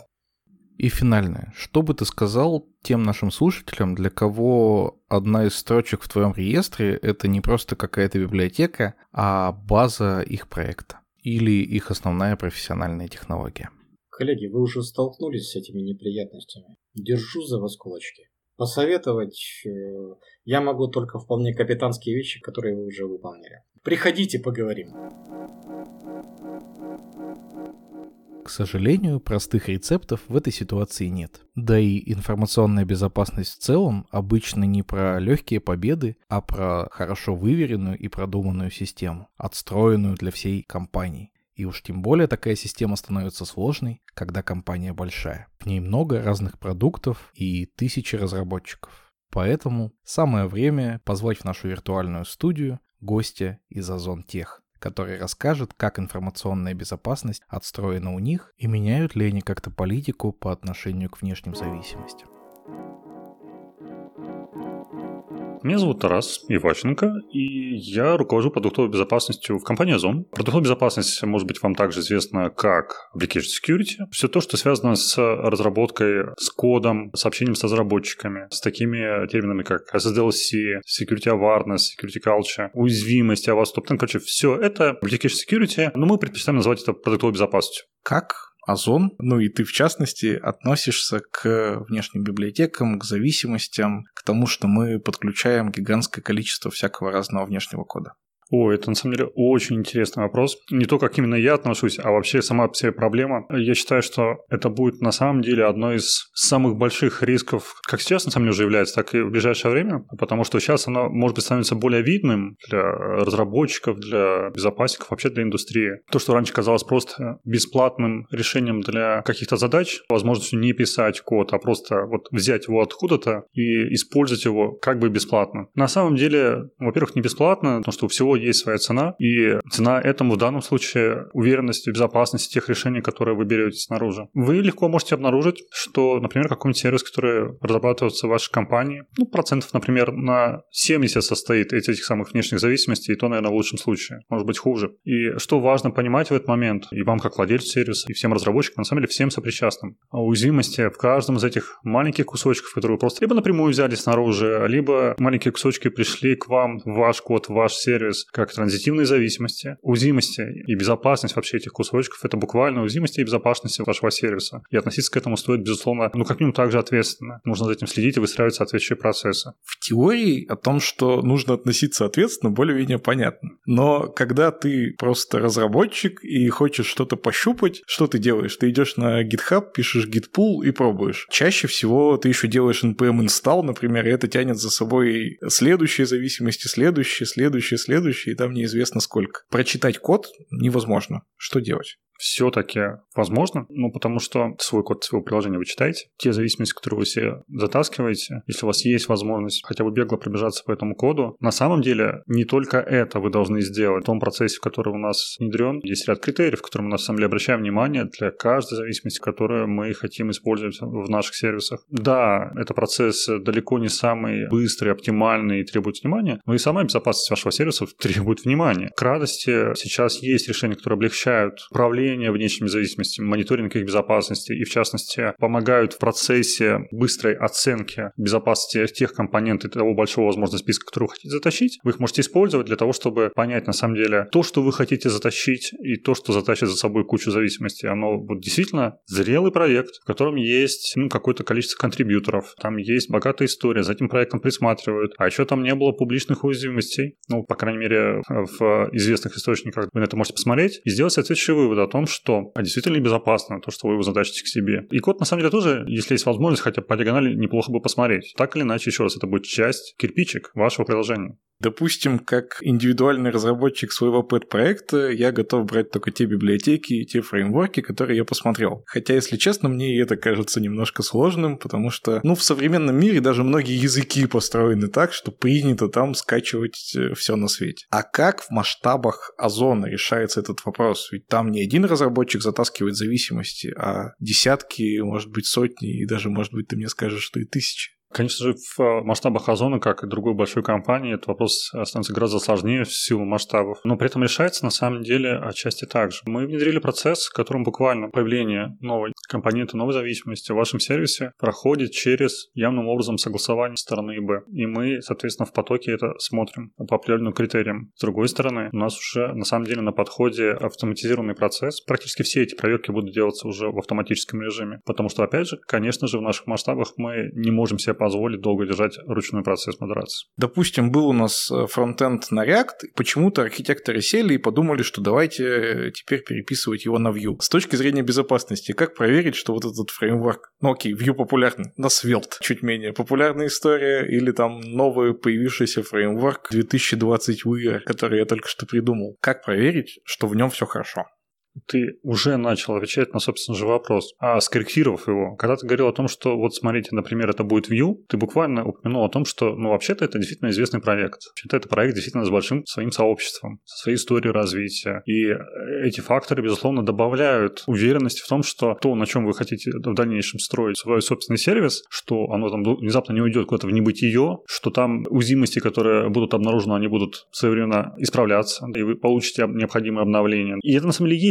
И финальное. Что бы ты сказал тем нашим слушателям, для кого одна из строчек в твоем реестре — это не просто какая-то библиотека, а база их проекта или их основная профессиональная технология? Коллеги, вы уже столкнулись с этими неприятностями. Держу за вас кулачки. Посоветовать э, я могу только вполне капитанские вещи, которые вы уже выполнили. Приходите, поговорим. К сожалению, простых рецептов в этой ситуации нет. Да и информационная безопасность в целом обычно не про легкие победы, а про хорошо выверенную и продуманную систему, отстроенную для всей компании. И уж тем более такая система становится сложной, когда компания большая. В ней много разных продуктов и тысячи разработчиков. Поэтому самое время позвать в нашу виртуальную студию гостя из Озон Тех, который расскажет, как информационная безопасность отстроена у них и меняют ли они как-то политику по отношению к внешним зависимостям. Меня зовут Тарас Иващенко, и я руковожу продуктовой безопасностью в компании Озон. Продуктовая безопасность может быть вам также известна как Application Security. Все то, что связано с разработкой, с кодом, с общением с разработчиками, с такими терминами, как эс эс ди эл си, Security Awareness, Security Culture, уязвимость, Avast Top ten. Короче, все это Application Security, но мы предпочитаем называть это продуктовой безопасностью. Как Озон, ну и ты в частности, относишься к внешним библиотекам, к зависимостям, к тому, что мы подключаем гигантское количество всякого разного внешнего кода? О, это на самом деле очень интересный вопрос. Не то, как именно я отношусь, а вообще сама по себе проблема. Я считаю, что это будет на самом деле одно из самых больших рисков, как сейчас на самом деле уже является, так и в ближайшее время, потому что сейчас оно, может быть, становится более видным для разработчиков, для безопасников, вообще для индустрии. То, что раньше казалось просто бесплатным решением для каких-то задач, возможностью не писать код, а просто вот взять его откуда-то и использовать его как бы бесплатно. На самом деле, во-первых, не бесплатно, потому что у всего есть своя цена, и цена этому в данном случае уверенность в безопасности тех решений, которые вы берете снаружи. Вы легко можете обнаружить, что, например, какой-нибудь сервис, который разрабатывается в вашей компании, ну, процентов, например, на семьдесят состоит из этих самых внешних зависимостей, и то, наверное, в лучшем случае, может быть, хуже. И что важно понимать в этот момент, и вам, как владельцу сервиса, и всем разработчикам, на самом деле, всем сопричастным. А уязвимости в каждом из этих маленьких кусочков, которые вы просто либо напрямую взяли снаружи, либо маленькие кусочки пришли к вам в ваш код, в ваш сервис, как транзитивные зависимости, уязвимости и безопасность вообще этих кусочков, это буквально уязвимости и безопасности вашего сервиса. И относиться к этому стоит, безусловно, ну, как минимум, также ответственно. Нужно за этим следить и выстраивать соответствующие процессы. В теории о том, что нужно относиться ответственно, более-менее понятно. Но когда ты просто разработчик и хочешь что-то пощупать, что ты делаешь? Ты идешь на GitHub, пишешь git pull и пробуешь. Чаще всего ты еще делаешь npm install, например, и это тянет за собой следующие зависимости, следующие, следующие, следующие, и там неизвестно сколько. Прочитать код невозможно. Что делать? Все-таки возможно, ну, потому что свой код своего приложения вы читаете, те зависимости, которые вы себе затаскиваете, если у вас есть возможность хотя бы бегло пробежаться по этому коду, на самом деле не только это вы должны сделать. В том процессе, в который у нас внедрен, есть ряд критериев, к которым мы на самом деле обращаем внимание для каждой зависимости, которую мы хотим использовать в наших сервисах. Да, это процесс далеко не самый быстрый, оптимальный и требует внимания, но и сама безопасность вашего сервиса требует внимания. К радости сейчас есть решения, которые облегчают управление внешними зависимостями, мониторинг их безопасности и, в частности, помогают в процессе быстрой оценки безопасности тех компонентов того большого, возможно, списка, который вы хотите затащить. Вы их можете использовать для того, чтобы понять, на самом деле, то, что вы хотите затащить, и то, что затащит за собой кучу зависимостей, оно вот действительно зрелый проект, в котором есть ну, какое-то количество контрибьюторов, там есть богатая история, за этим проектом присматривают, а еще там не было публичных уязвимостей, ну, по крайней мере, в известных источниках вы на это можете посмотреть и сделать соответствующий вывод о том, что действительно безопасно то, что вы его задачите к себе. И код, на самом деле, тоже, если есть возможность, хотя бы по диагонали, неплохо бы посмотреть. Так или иначе, еще раз, это будет часть, кирпичик вашего приложения. Допустим, как индивидуальный разработчик своего пэт-проекта, я готов брать только те библиотеки и те фреймворки, которые я посмотрел. Хотя, если честно, мне и это кажется немножко сложным, потому что, ну, в современном мире даже многие языки построены так, что принято там скачивать все на свете. А как в масштабах Озона решается этот вопрос? Ведь там не один разработчик затаскивает зависимости, а десятки, может быть, сотни, и даже, может быть, ты мне скажешь, что и тысячи. Конечно же, в масштабах Озона, как и другой большой компании, этот вопрос становится гораздо сложнее в силу масштабов. Но при этом решается на самом деле отчасти так же. Мы внедрили процесс, в котором буквально появление новой компоненты, новой зависимости в вашем сервисе проходит через явным образом согласование стороны ИБ. И мы, соответственно, в потоке это смотрим по определенным критериям. С другой стороны, у нас уже на самом деле на подходе автоматизированный процесс. Практически все эти проверки будут делаться уже в автоматическом режиме. Потому что, опять же, конечно же, в наших масштабах мы не можем себе позволить долго держать ручной процесс модерации. Допустим, был у нас фронтенд на React, и почему-то архитекторы сели и подумали, что давайте теперь переписывать его на Vue. С точки зрения безопасности, как проверить, что вот этот фреймворк, ну окей, Vue популярный, на Svelte чуть менее популярная история, или там новый появившийся фреймворк две тысячи двадцать ви, который я только что придумал. Как проверить, что в нем все хорошо? Ты уже начал отвечать на, собственно же, вопрос, а скорректировав его. Когда ты говорил о том, что вот смотрите, например, это будет Vue, ты буквально упомянул о том, что, ну, вообще-то это действительно известный проект. Вообще-то это проект действительно с большим своим сообществом, со своей историей развития. И эти факторы, безусловно, добавляют уверенности в том, что то, на чем вы хотите в дальнейшем строить свой собственный сервис, что оно там внезапно не уйдет куда-то в небытие, что там уязвимости, которые будут обнаружены, они будут своевременно исправляться, и вы получите необходимые обновления. И это, на самом деле, есть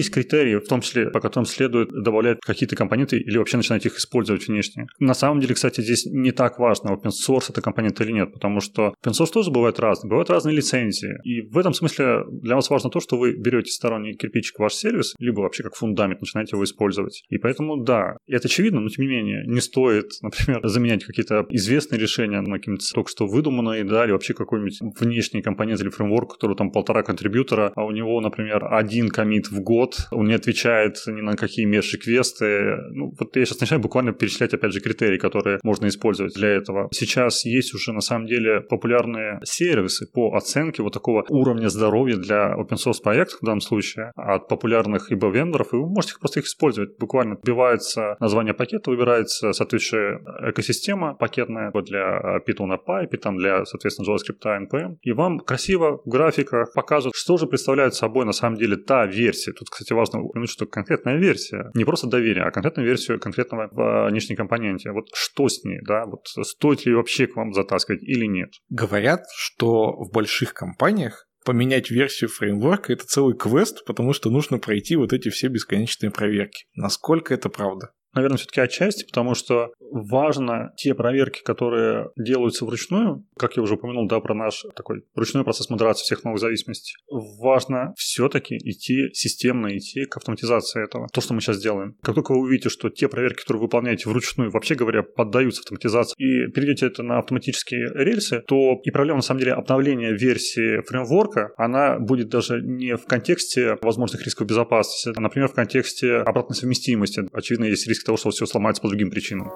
есть критерии, в том числе, по которым следует добавлять какие-то компоненты или вообще начинать их использовать внешне. На самом деле, кстати, здесь не так важно, open source это компонент или нет, потому что open source тоже бывает разный, бывают разные лицензии. И в этом смысле для вас важно то, что вы берете сторонний кирпичик в ваш сервис, либо вообще как фундамент начинаете его использовать. И поэтому, да, это очевидно, но тем не менее, не стоит, например, заменять какие-то известные решения на какие-то только что выдуманные, да, или вообще какой-нибудь внешний компонент или фреймворк, который там полтора контрибьютора, а у него, например, один коммит в год, он не отвечает ни на какие межреквесты. Ну, вот я сейчас начинаю буквально перечислять, опять же, критерии, которые можно использовать для этого. Сейчас есть уже, на самом деле, популярные сервисы по оценке вот такого уровня здоровья для open-source проектов в данном случае от популярных ибо вендоров, и вы можете просто их использовать. Буквально вбивается название пакета, выбирается соответствующая экосистема пакетная для Python пи, Python для, соответственно, JavaScript, эн пи эм, и вам красиво в графиках показывают, что же представляет собой на самом деле та версия. Тут, кстати, важно упомянуть, что конкретная версия, не просто доверие, а конкретную версию конкретного внешней компоненте. Вот что с ней, да, вот стоит ли вообще к вам затаскивать или нет. Говорят, что в больших компаниях поменять версию фреймворка – это целый квест, потому что нужно пройти вот эти все бесконечные проверки. Насколько это правда? Наверное, все-таки отчасти, потому что важно те проверки, которые делаются вручную, как я уже упомянул, да, про наш такой ручной процесс модерации всех новых зависимостей, важно все-таки идти системно, идти к автоматизации этого. То, что мы сейчас делаем. Как только вы увидите, что те проверки, которые вы выполняете вручную, вообще говоря, поддаются автоматизации, и перейдете это на автоматические рельсы, то и проблема, на самом деле, обновления версии фреймворка, она будет даже не в контексте возможных рисков безопасности, а, например, в контексте обратной совместимости. Очевидно, есть риск того, что все сломается по другим причинам.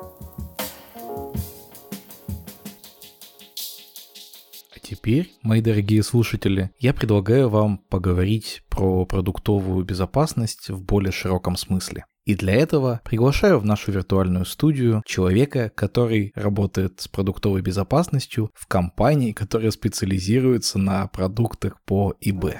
А теперь, мои дорогие слушатели, я предлагаю вам поговорить про продуктовую безопасность в более широком смысле. И для этого приглашаю в нашу виртуальную студию человека, который работает с продуктовой безопасностью в компании, которая специализируется на продуктах по и би.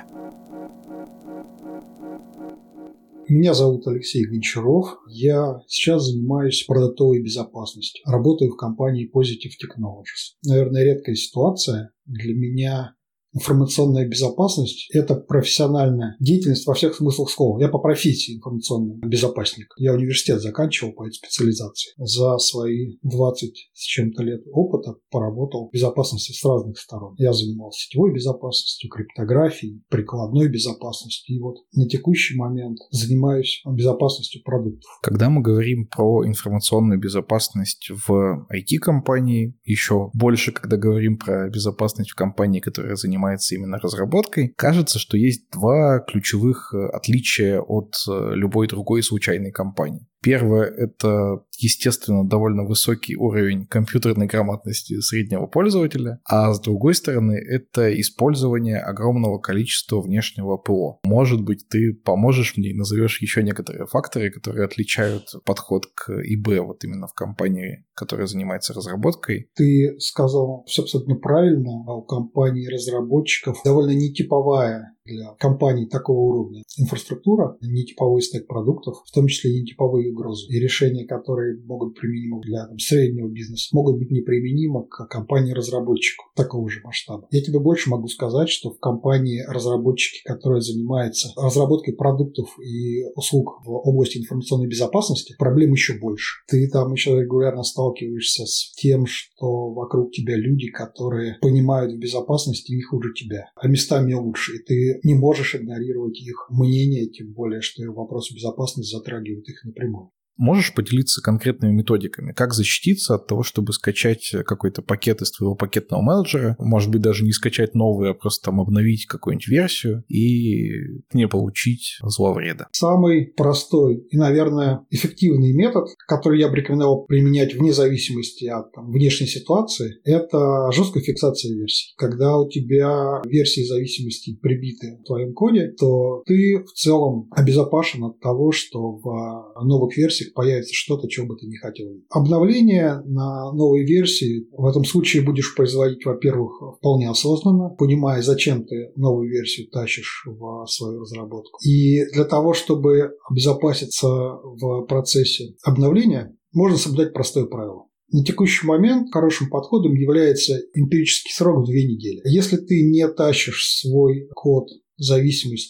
Меня зовут Алексей Гончаров. Я сейчас занимаюсь продуктовой безопасностью. Работаю в компании Positive Technologies. Наверное, редкая ситуация для меня. Информационная безопасность – это профессиональная деятельность во всех смыслах слова. Я по профессии информационный безопасник. Я университет заканчивал по этой специализации. За свои двадцать с чем-то лет опыта поработал в безопасности с разных сторон. Я занимался сетевой безопасностью, криптографией, прикладной безопасностью. И вот на текущий момент занимаюсь безопасностью продуктов. Когда мы говорим про информационную безопасность в ай ти-компании, еще больше, когда говорим про безопасность в компании, которая занимается именно разработкой, кажется, что есть два ключевых отличия от любой другой случайной компании. Первое – это, естественно, довольно высокий уровень компьютерной грамотности среднего пользователя, а с другой стороны, это использование огромного количества внешнего ПО. Может быть, ты поможешь мне и назовешь еще некоторые факторы, которые отличают подход к и би вот именно в компании, которая занимается разработкой. Ты сказал все абсолютно правильно. У компаний разработчиков довольно нетиповая для компаний такого уровня инфраструктура, нетиповой стек продуктов, в том числе нетиповые угрозы. И решения, которые могут применимы для там, среднего бизнеса, могут быть неприменимы к компании-разработчику такого же масштаба. Я тебе больше могу сказать, что в компании-разработчики, которые занимаются разработкой продуктов и услуг в области информационной безопасности, проблем еще больше. Ты там еще регулярно сталкиваешься с тем, что вокруг тебя люди, которые понимают в безопасности не хуже тебя, а местами лучше. И ты не можешь игнорировать их мнение, тем более, что вопросы безопасности затрагивают их напрямую. Можешь поделиться конкретными методиками, как защититься от того, чтобы скачать какой-то пакет из твоего пакетного менеджера, может быть, даже не скачать новый, а просто там обновить какую-нибудь версию и не получить зловреда? Самый простой и, наверное, эффективный метод, который я бы рекомендовал применять вне зависимости от там, внешней ситуации, это жесткая фиксация версий. Когда у тебя версии зависимости прибиты в твоем коде, то ты в целом обезопасен от того, что в новых версиях появится что-то, чего бы ты не хотел. Обновление на новой версии в этом случае будешь производить, во-первых, вполне осознанно, понимая, зачем ты новую версию тащишь в свою разработку. И для того, чтобы обезопаситься в процессе обновления, можно соблюдать простое правило. На текущий момент хорошим подходом является эмпирический срок в две недели. Если ты не тащишь свой код зависимости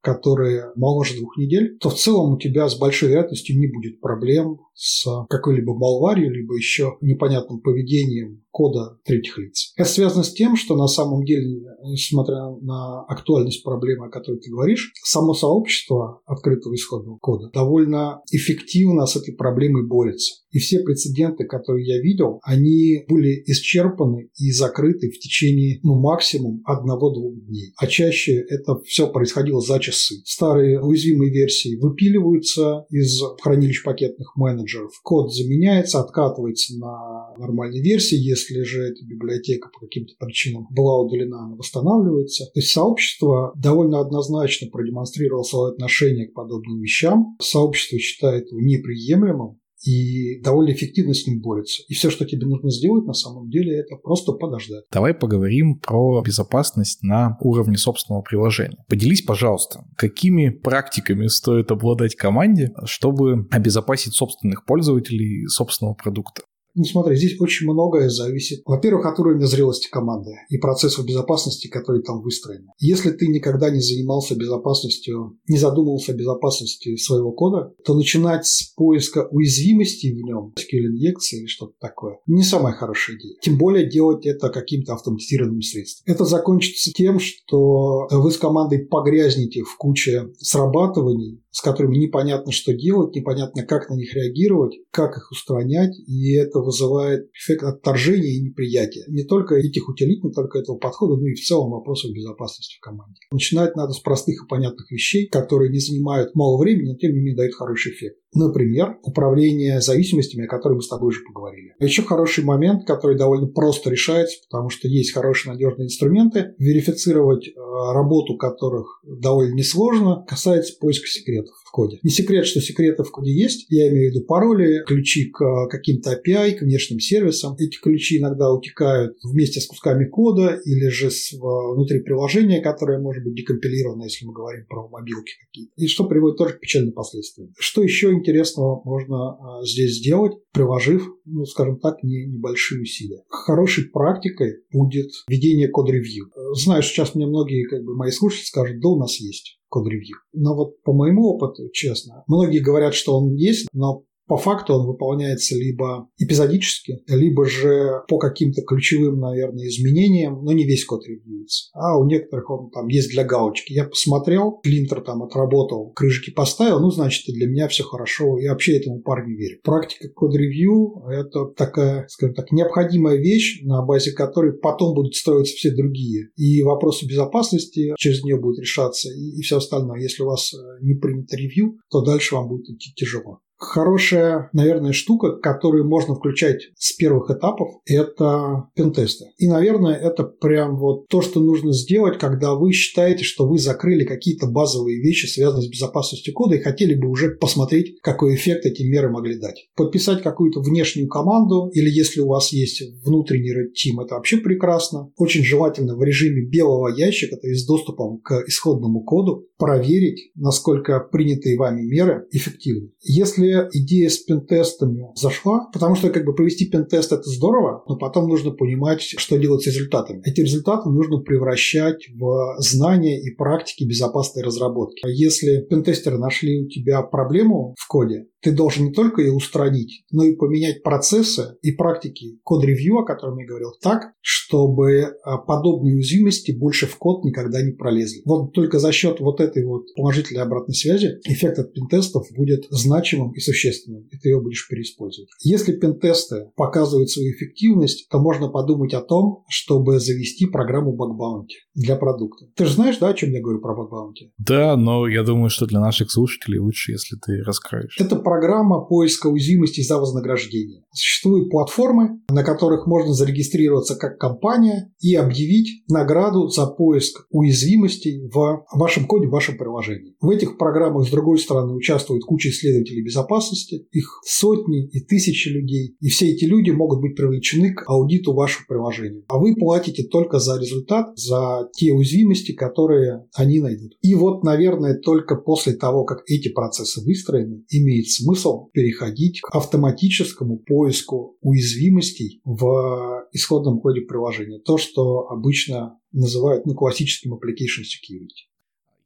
которые моложе двух недель, то в целом у тебя с большой вероятностью не будет проблем с какой-либо малварью, либо еще непонятным поведением кода третьих лиц. Это связано с тем, что на самом деле, несмотря на актуальность проблемы, о которой ты говоришь, само сообщество открытого исходного кода довольно эффективно с этой проблемой борется. И все прецеденты, которые я видел, они были исчерпаны и закрыты в течение, ну, максимум одного-двух дней. А чаще это все происходило за часы. Старые уязвимые версии выпиливаются из хранилищ пакетных менеджеров. Код заменяется, откатывается на нормальной версии. Если же эта библиотека по каким-то причинам была удалена, она восстанавливается. То есть сообщество довольно однозначно продемонстрировало свое отношение к подобным вещам. Сообщество считает его неприемлемым и довольно эффективно с ним борется. И все, что тебе нужно сделать, на самом деле, это просто подождать. Давай поговорим про безопасность на уровне собственного приложения. Поделись, пожалуйста, какими практиками стоит обладать команде, чтобы обезопасить собственных пользователей собственного продукта? Ну, смотри, здесь очень многое зависит, во-первых, от уровня зрелости команды и процессов безопасности, которые там выстроены. Если ты никогда не занимался безопасностью, не задумывался о безопасности своего кода, то начинать с поиска уязвимостей в нем, эс кью эль-инъекции или что-то такое, не самая хорошая идея. Тем более делать это каким-то автоматизированным средством. Это закончится тем, что вы с командой погрязнете в куче срабатываний, с которыми непонятно, что делать, непонятно, как на них реагировать, как их устранять, и это вызывает эффект отторжения и неприятия. Не только этих утилит, не только этого подхода, но и в целом вопросов безопасности в команде. Начинать надо с простых и понятных вещей, которые не занимают мало времени, но тем не менее дают хороший эффект. Например, управление зависимостями, о которых мы с тобой уже поговорили. А еще хороший момент, который довольно просто решается, потому что есть хорошие надежные инструменты. Верифицировать э, работу которых довольно несложно, касается поиска секретов в коде. Не секрет, что секреты в коде есть. Я имею в виду пароли, ключи к э, каким-то эй пи ай, к внешним сервисам. Эти ключи иногда утекают вместе с кусками кода или же с, э, внутри приложения, которое может быть декомпилировано, если мы говорим про мобилки какие-то. И что приводит тоже к печальным последствиям. Что еще интересного можно а, здесь сделать, приложив, ну, скажем так, не, небольшие усилия. Хорошей практикой будет ведение код-ревью. Знаю, что сейчас мне многие, как бы, мои слушатели скажут, да, у нас есть код-ревью. Но вот по моему опыту, честно, многие говорят, что он есть, но по факту он выполняется либо эпизодически, либо же по каким-то ключевым, наверное, изменениям, но не весь код ревьюется. А у некоторых он там есть для галочки. Я посмотрел, линтер там отработал, крышки поставил, ну, значит, и для меня все хорошо. Я вообще этому парню верю. Практика код-ревью – это такая, скажем так, необходимая вещь, на базе которой потом будут строиться все другие. И вопросы безопасности через нее будут решаться, и, и все остальное. Если у вас не принято ревью, то дальше вам будет идти тяжело. Хорошая, наверное, штука, которую можно включать с первых этапов, это пентесты. И, наверное, это прям вот то, что нужно сделать, когда вы считаете, что вы закрыли какие-то базовые вещи, связанные с безопасностью кода, и хотели бы уже посмотреть, какой эффект эти меры могли дать. Подписать какую-то внешнюю команду, или если у вас есть внутренний Red Team, это вообще прекрасно. Очень желательно в режиме белого ящика, то есть с доступом к исходному коду, проверить, насколько принятые вами меры эффективны. Если идея с пентестами зашла, потому что как бы провести пентест – это здорово, но потом нужно понимать, что делать с результатами. Эти результаты нужно превращать в знания и практики безопасной разработки. Если пентестеры нашли у тебя проблему в коде, ты должен не только ее устранить, но и поменять процессы и практики код-ревью, о котором я говорил, так, чтобы подобные уязвимости больше в код никогда не пролезли. Вот только за счет вот этой вот положительной обратной связи эффект от пентестов будет значимым и существенным, и ты его будешь переиспользовать. Если пентесты показывают свою эффективность, то можно подумать о том, чтобы завести программу баг-баунти для продукта. Ты же знаешь, да, о чем я говорю про баг-баунти? Да, но я думаю, что для наших слушателей лучше, если ты раскроешь. Это программа поиска уязвимостей за вознаграждение. Существуют платформы, на которых можно зарегистрироваться как компания и объявить награду за поиск уязвимостей в вашем коде, в вашем приложении. В этих программах, с другой стороны, участвует куча исследователей безопасности, их сотни и тысячи людей, и все эти люди могут быть привлечены к аудиту вашего приложения. А вы платите только за результат, за те уязвимости, которые они найдут. И вот, наверное, только после того, как эти процессы выстроены, имеет смысл переходить к автоматическому поиску уязвимостей в исходном коде приложения. То, что обычно называют ну, классическим application security.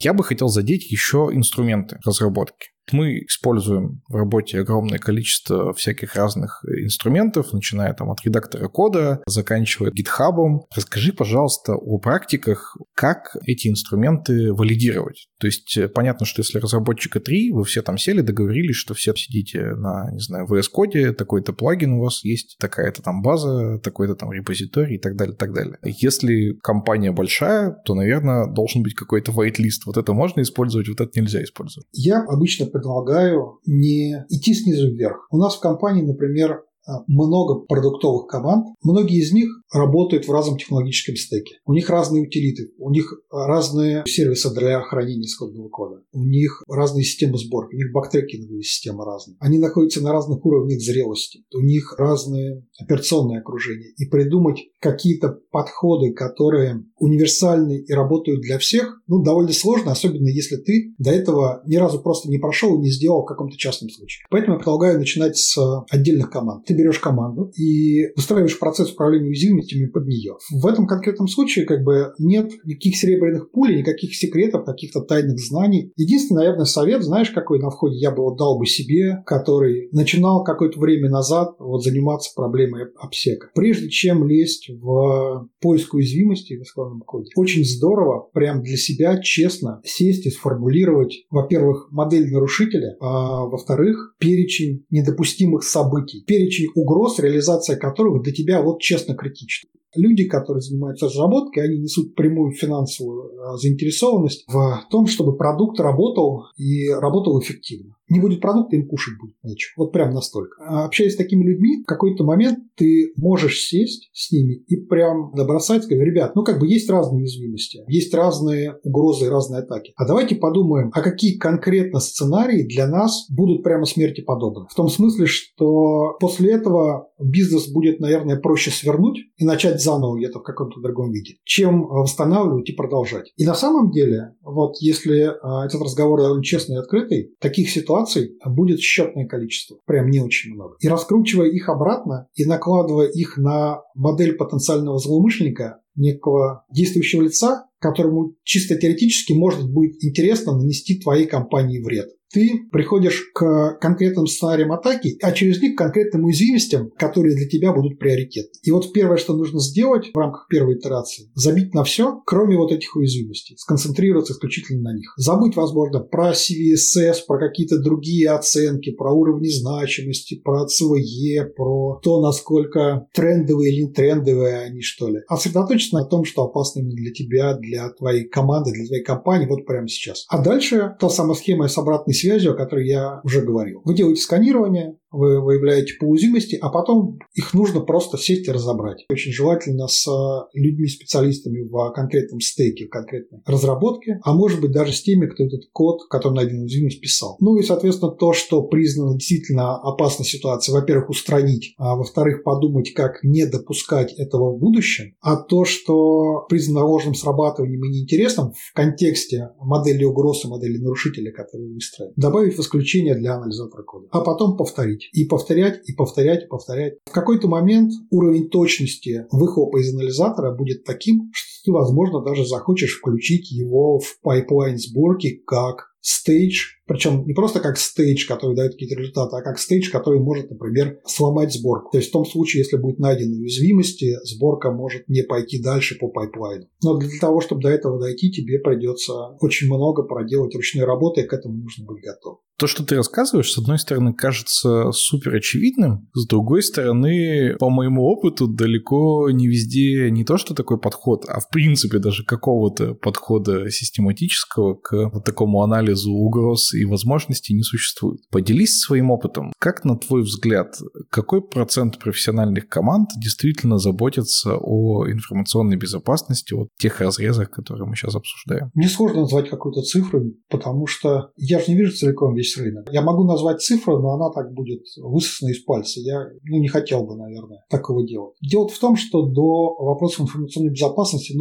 Я бы хотел задеть еще инструменты разработки. Мы используем в работе огромное количество всяких разных инструментов, начиная там от редактора кода, заканчивая GitHub. Расскажи, пожалуйста, о практиках, как эти инструменты валидировать. То есть понятно, что если разработчика три, вы все там сели, договорились, что все сидите на, не знаю, ви эс Code, такой-то плагин у вас есть, такая-то там база, такой-то там репозиторий и так далее, так далее. Если компания большая, то, наверное, должен быть какой-то whitelist. Вот это можно использовать, вот это нельзя использовать. Я обычно предлагаю не идти снизу вверх. У нас в компании, например, много продуктовых команд. Многие из них работают в разном технологическом стеке. У них разные утилиты, у них разные сервисы для хранения исходного кода, у них разные системы сборки, у них бактрекинговые системы разные. Они находятся на разных уровнях зрелости, у них разные операционные окружения. И придумать какие-то подходы, которые универсальны и работают для всех, ну, довольно сложно, особенно если ты до этого ни разу просто не прошел и не сделал в каком-то частном случае. Поэтому я предлагаю начинать с отдельных команд. Ты берешь команду и устраиваешь процесс управления уязвимостями под нее. В этом конкретном случае как бы нет никаких серебряных пулей, никаких секретов, каких-то тайных знаний. Единственный, наверное, совет, знаешь, какой на входе я бы вот дал бы себе, который начинал какое-то время назад вот заниматься проблемой обсека. Прежде чем лезть в поиск уязвимости в исходном коде, очень здорово прям для себя честно сесть и сформулировать, во-первых, модель нарушителя, а во-вторых, перечень недопустимых событий, перечень угроз, реализация которых для тебя вот честно критична. Люди, которые занимаются разработкой, они несут прямую финансовую заинтересованность в том, чтобы продукт работал и работал эффективно. Не будет продукта, им кушать будет нечего. Вот прям настолько. Общаясь с такими людьми, в какой-то момент ты можешь сесть с ними и прям набросать, сказать: ребят, ну как бы есть разные уязвимости, есть разные угрозы и разные атаки. А давайте подумаем, а какие конкретно сценарии для нас будут прямо смерти подобны. В том смысле, что после этого бизнес будет, наверное, проще свернуть и начать заново где-то в каком-то другом виде, чем восстанавливать и продолжать. И на самом деле, вот если этот разговор довольно честный и открытый, таких ситуаций будет счетное количество, прям не очень много. И раскручивая их обратно и накладывая их на модель потенциального злоумышленника, некого действующего лица, которому чисто теоретически может быть интересно нанести твоей компании вред. Ты приходишь к конкретным сценариям атаки, а через них к конкретным уязвимостям, которые для тебя будут приоритетны. И вот первое, что нужно сделать в рамках первой итерации, забить на все, кроме вот этих уязвимостей, сконцентрироваться исключительно на них. Забыть, возможно, про си ви эс эс, про какие-то другие оценки, про уровни значимости, про си ви и, про то, насколько трендовые или не трендовые они, что ли. А сосредоточиться на том, что опасно именно для тебя, для твоей команды, для твоей компании вот прямо сейчас. А дальше та самая схема с обратной связью, о которой я уже говорил. Вы делаете сканирование, вы выявляете по уязвимости, а потом их нужно просто сесть и разобрать. Очень желательно с людьми-специалистами в конкретном стеке, в конкретной разработке, а может быть даже с теми, кто этот код, который найден уязвимость, писал. Ну и, соответственно, то, что признано действительно опасной ситуацией, во-первых, устранить, а во-вторых, подумать, как не допускать этого в будущем, а то, что признано ложным срабатыванием и неинтересным в контексте модели угроз и модели нарушителя, которые выстроены, добавить в исключение для анализатора кода, а потом повторить. И повторять, и повторять, и повторять. В какой-то момент уровень точности выхлопа из анализатора будет таким, что ты, возможно, даже захочешь включить его в пайплайн сборки как стейдж, причем не просто как стейдж, который дает какие-то результаты, а как стейдж, который может, например, сломать сборку. То есть в том случае, если будет найдена уязвимость, сборка может не пойти дальше по пайплайну. Но для того, чтобы до этого дойти, тебе придется очень много проделать ручной работы, и к этому нужно быть готовым. То, что ты рассказываешь, с одной стороны, кажется супер очевидным, с другой стороны, по моему опыту, далеко не везде не то, что такой подход, а в принципе даже какого-то подхода систематического к вот такому анализу угроз и возможностей не существует. Поделись своим опытом. Как, на твой взгляд, какой процент профессиональных команд действительно заботится о информационной безопасности, о тех разрезах, которые мы сейчас обсуждаем? Мне сложно назвать какую-то цифру, потому что я же не вижу целиком весь рынок. Я могу назвать цифру, но она так будет высосана из пальца. Я ну, не хотел бы, наверное, такого делать. Дело в том, что до вопросов информационной безопасности нужно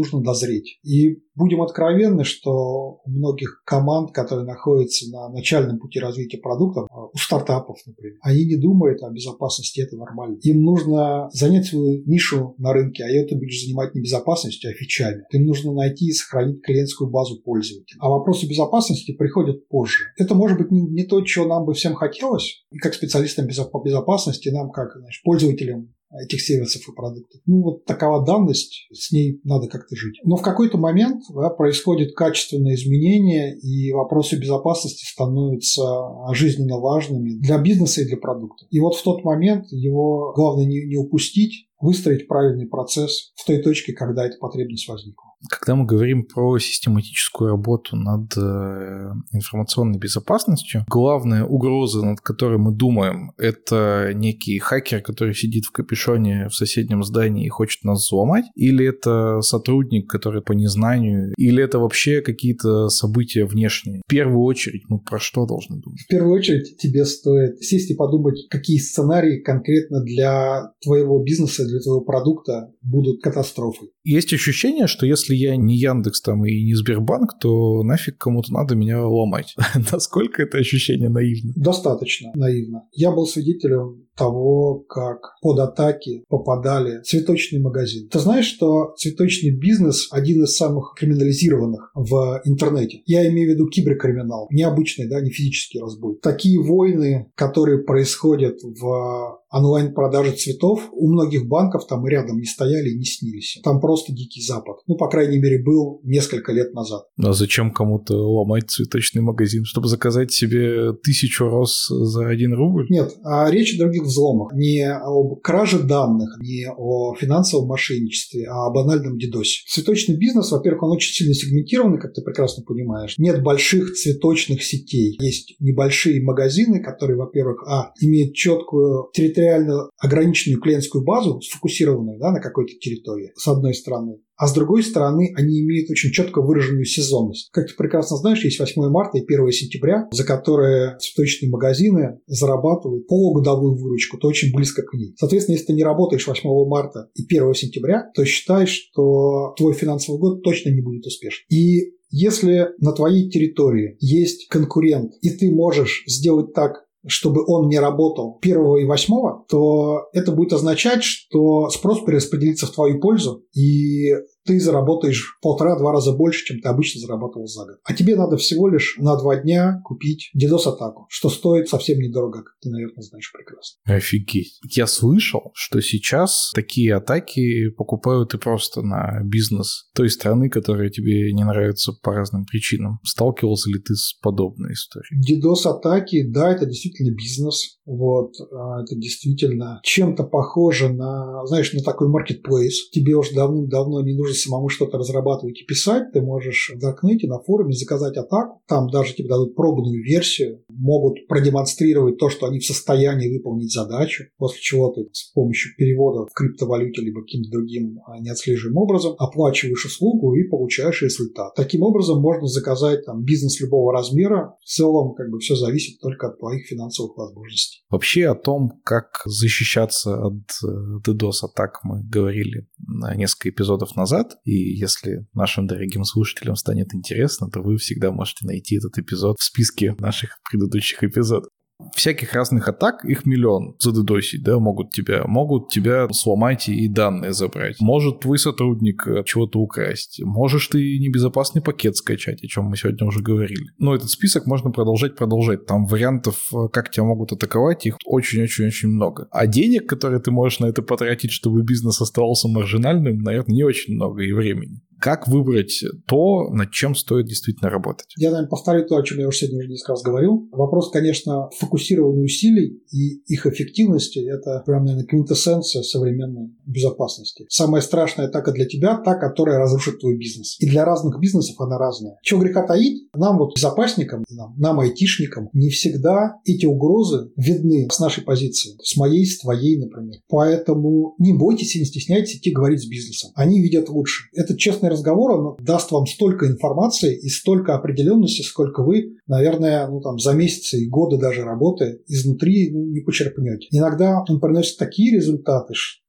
нужно дозреть. И будем откровенны, что у многих команд, которые находятся на начальном пути развития продуктов, у стартапов, например, они не думают о безопасности, это нормально. Им нужно занять свою нишу на рынке, а ее ты будешь занимать не безопасностью, а фичами. Им нужно найти и сохранить клиентскую базу пользователей. А вопросы безопасности приходят позже. Это может быть не, не то, чего нам бы всем хотелось, и как специалистам по безопасности, нам как, знаешь, пользователям этих сервисов и продуктов. Ну, вот такова данность, с ней надо как-то жить. Но в какой-то момент да, происходит качественное изменение, и вопросы безопасности становятся жизненно важными для бизнеса и для продукта. И вот в тот момент его главное не, не упустить, выстроить правильный процесс в той точке, когда эта потребность возникла. Когда мы говорим про систематическую работу над э, информационной безопасностью, главная угроза, над которой мы думаем, это некий хакер, который сидит в капюшоне в соседнем здании и хочет нас взломать, или это сотрудник, который по незнанию, или это вообще какие-то события внешние. В первую очередь мы про что должны думать? В первую очередь тебе стоит сесть и подумать, какие сценарии конкретно для твоего бизнеса, для твоего продукта будут катастрофой. Есть ощущение, что если я не Яндекс там и не Сбербанк, то нафиг кому-то надо меня ломать. Насколько это ощущение наивно? Достаточно наивно. Я был свидетелем того, как под атаки попадали цветочные магазины. Ты знаешь, что цветочный бизнес один из самых криминализированных в интернете? Я имею в виду киберкриминал, не обычный, да, не физический разбой. Такие войны, которые происходят в онлайн-продаже цветов, у многих банков там и рядом не стояли и не снились. Там просто дикий запад. Ну, по крайней мере, был несколько лет назад. А зачем кому-то ломать цветочный магазин? Чтобы заказать себе тысячу роз за один рубль? Нет, а речь о других взломах. Не об краже данных, не о финансовом мошенничестве, а о банальном дидосе. Цветочный бизнес, во-первых, он очень сильно сегментированный, как ты прекрасно понимаешь. Нет больших цветочных сетей. Есть небольшие магазины, которые, во-первых, а, имеют четкую территориальную ограниченную клиентскую базу, сфокусированную да, на какой-то территории, с одной стороны. А с другой стороны, они имеют очень четко выраженную сезонность. Как ты прекрасно знаешь, есть восьмое марта и первое сентября, за которые цветочные магазины зарабатывают полугодовую выручку, то очень близко к ней. Соответственно, если ты не работаешь восьмого марта и первого сентября, то считай, что твой финансовый год точно не будет успешен. И если на твоей территории есть конкурент, и ты можешь сделать так, чтобы он не работал первого и восьмого, то это будет означать, что спрос перераспределится в твою пользу, и ты заработаешь в полтора-два раза больше, чем ты обычно зарабатывал за год. А тебе надо всего лишь на два дня купить DDoS-атаку, что стоит совсем недорого, как ты, наверное, знаешь прекрасно. Офигеть. Я слышал, что сейчас такие атаки покупают и просто на бизнес той страны, которая тебе не нравится по разным причинам. Сталкивался ли ты с подобной историей? DDoS-атаки, да, это действительно бизнес. Вот, это действительно чем-то похоже на, знаешь, на такой marketplace. Тебе уже давным-давно не нужно самому что-то разрабатывать и писать, ты можешь в Даркнете на форуме заказать атаку, там даже тебе дадут пробную версию, могут продемонстрировать то, что они в состоянии выполнить задачу, после чего ты с помощью перевода в криптовалюте либо каким-то другим неотслеживаемым образом оплачиваешь услугу и получаешь результат. Таким образом можно заказать там бизнес любого размера, в целом как бы все зависит только от твоих финансовых возможностей. Вообще о том, как защищаться от DDoS-атак, мы говорили несколько эпизодов назад. И если нашим дорогим слушателям станет интересно, то вы всегда можете найти этот эпизод в списке наших предыдущих эпизодов. Всяких разных атак, их миллион задедосить, да, могут тебя, могут тебя сломать и данные забрать. Может твой сотрудник чего-то украсть. Можешь ты небезопасный пакет скачать, о чем мы сегодня уже говорили. Но этот список можно продолжать, продолжать. Там вариантов, как тебя могут атаковать, их очень-очень-очень много. А денег, которые ты можешь на это потратить, чтобы бизнес оставался маржинальным, наверное, не очень много и времени. Как выбрать то, над чем стоит действительно работать? Я, наверное, повторю то, о чем я уже сегодня уже несколько раз говорил. Вопрос, конечно, фокусирования усилий и их эффективности – это прям, наверное, квинтэссенция современной безопасности. Самая страшная атака для тебя – та, которая разрушит твой бизнес. И для разных бизнесов она разная. Чего греха таить, нам, вот безопасникам, нам, нам айтишникам, не всегда эти угрозы видны с нашей позиции. С моей, с твоей, например. Поэтому не бойтесь и не стесняйтесь идти говорить с бизнесом. Они видят лучше. Это честный разговор, он даст вам столько информации и столько определенности, сколько вы, наверное, ну, там, за месяцы и годы даже работы изнутри ну, не почерпнете. Иногда он приносит такие результаты, что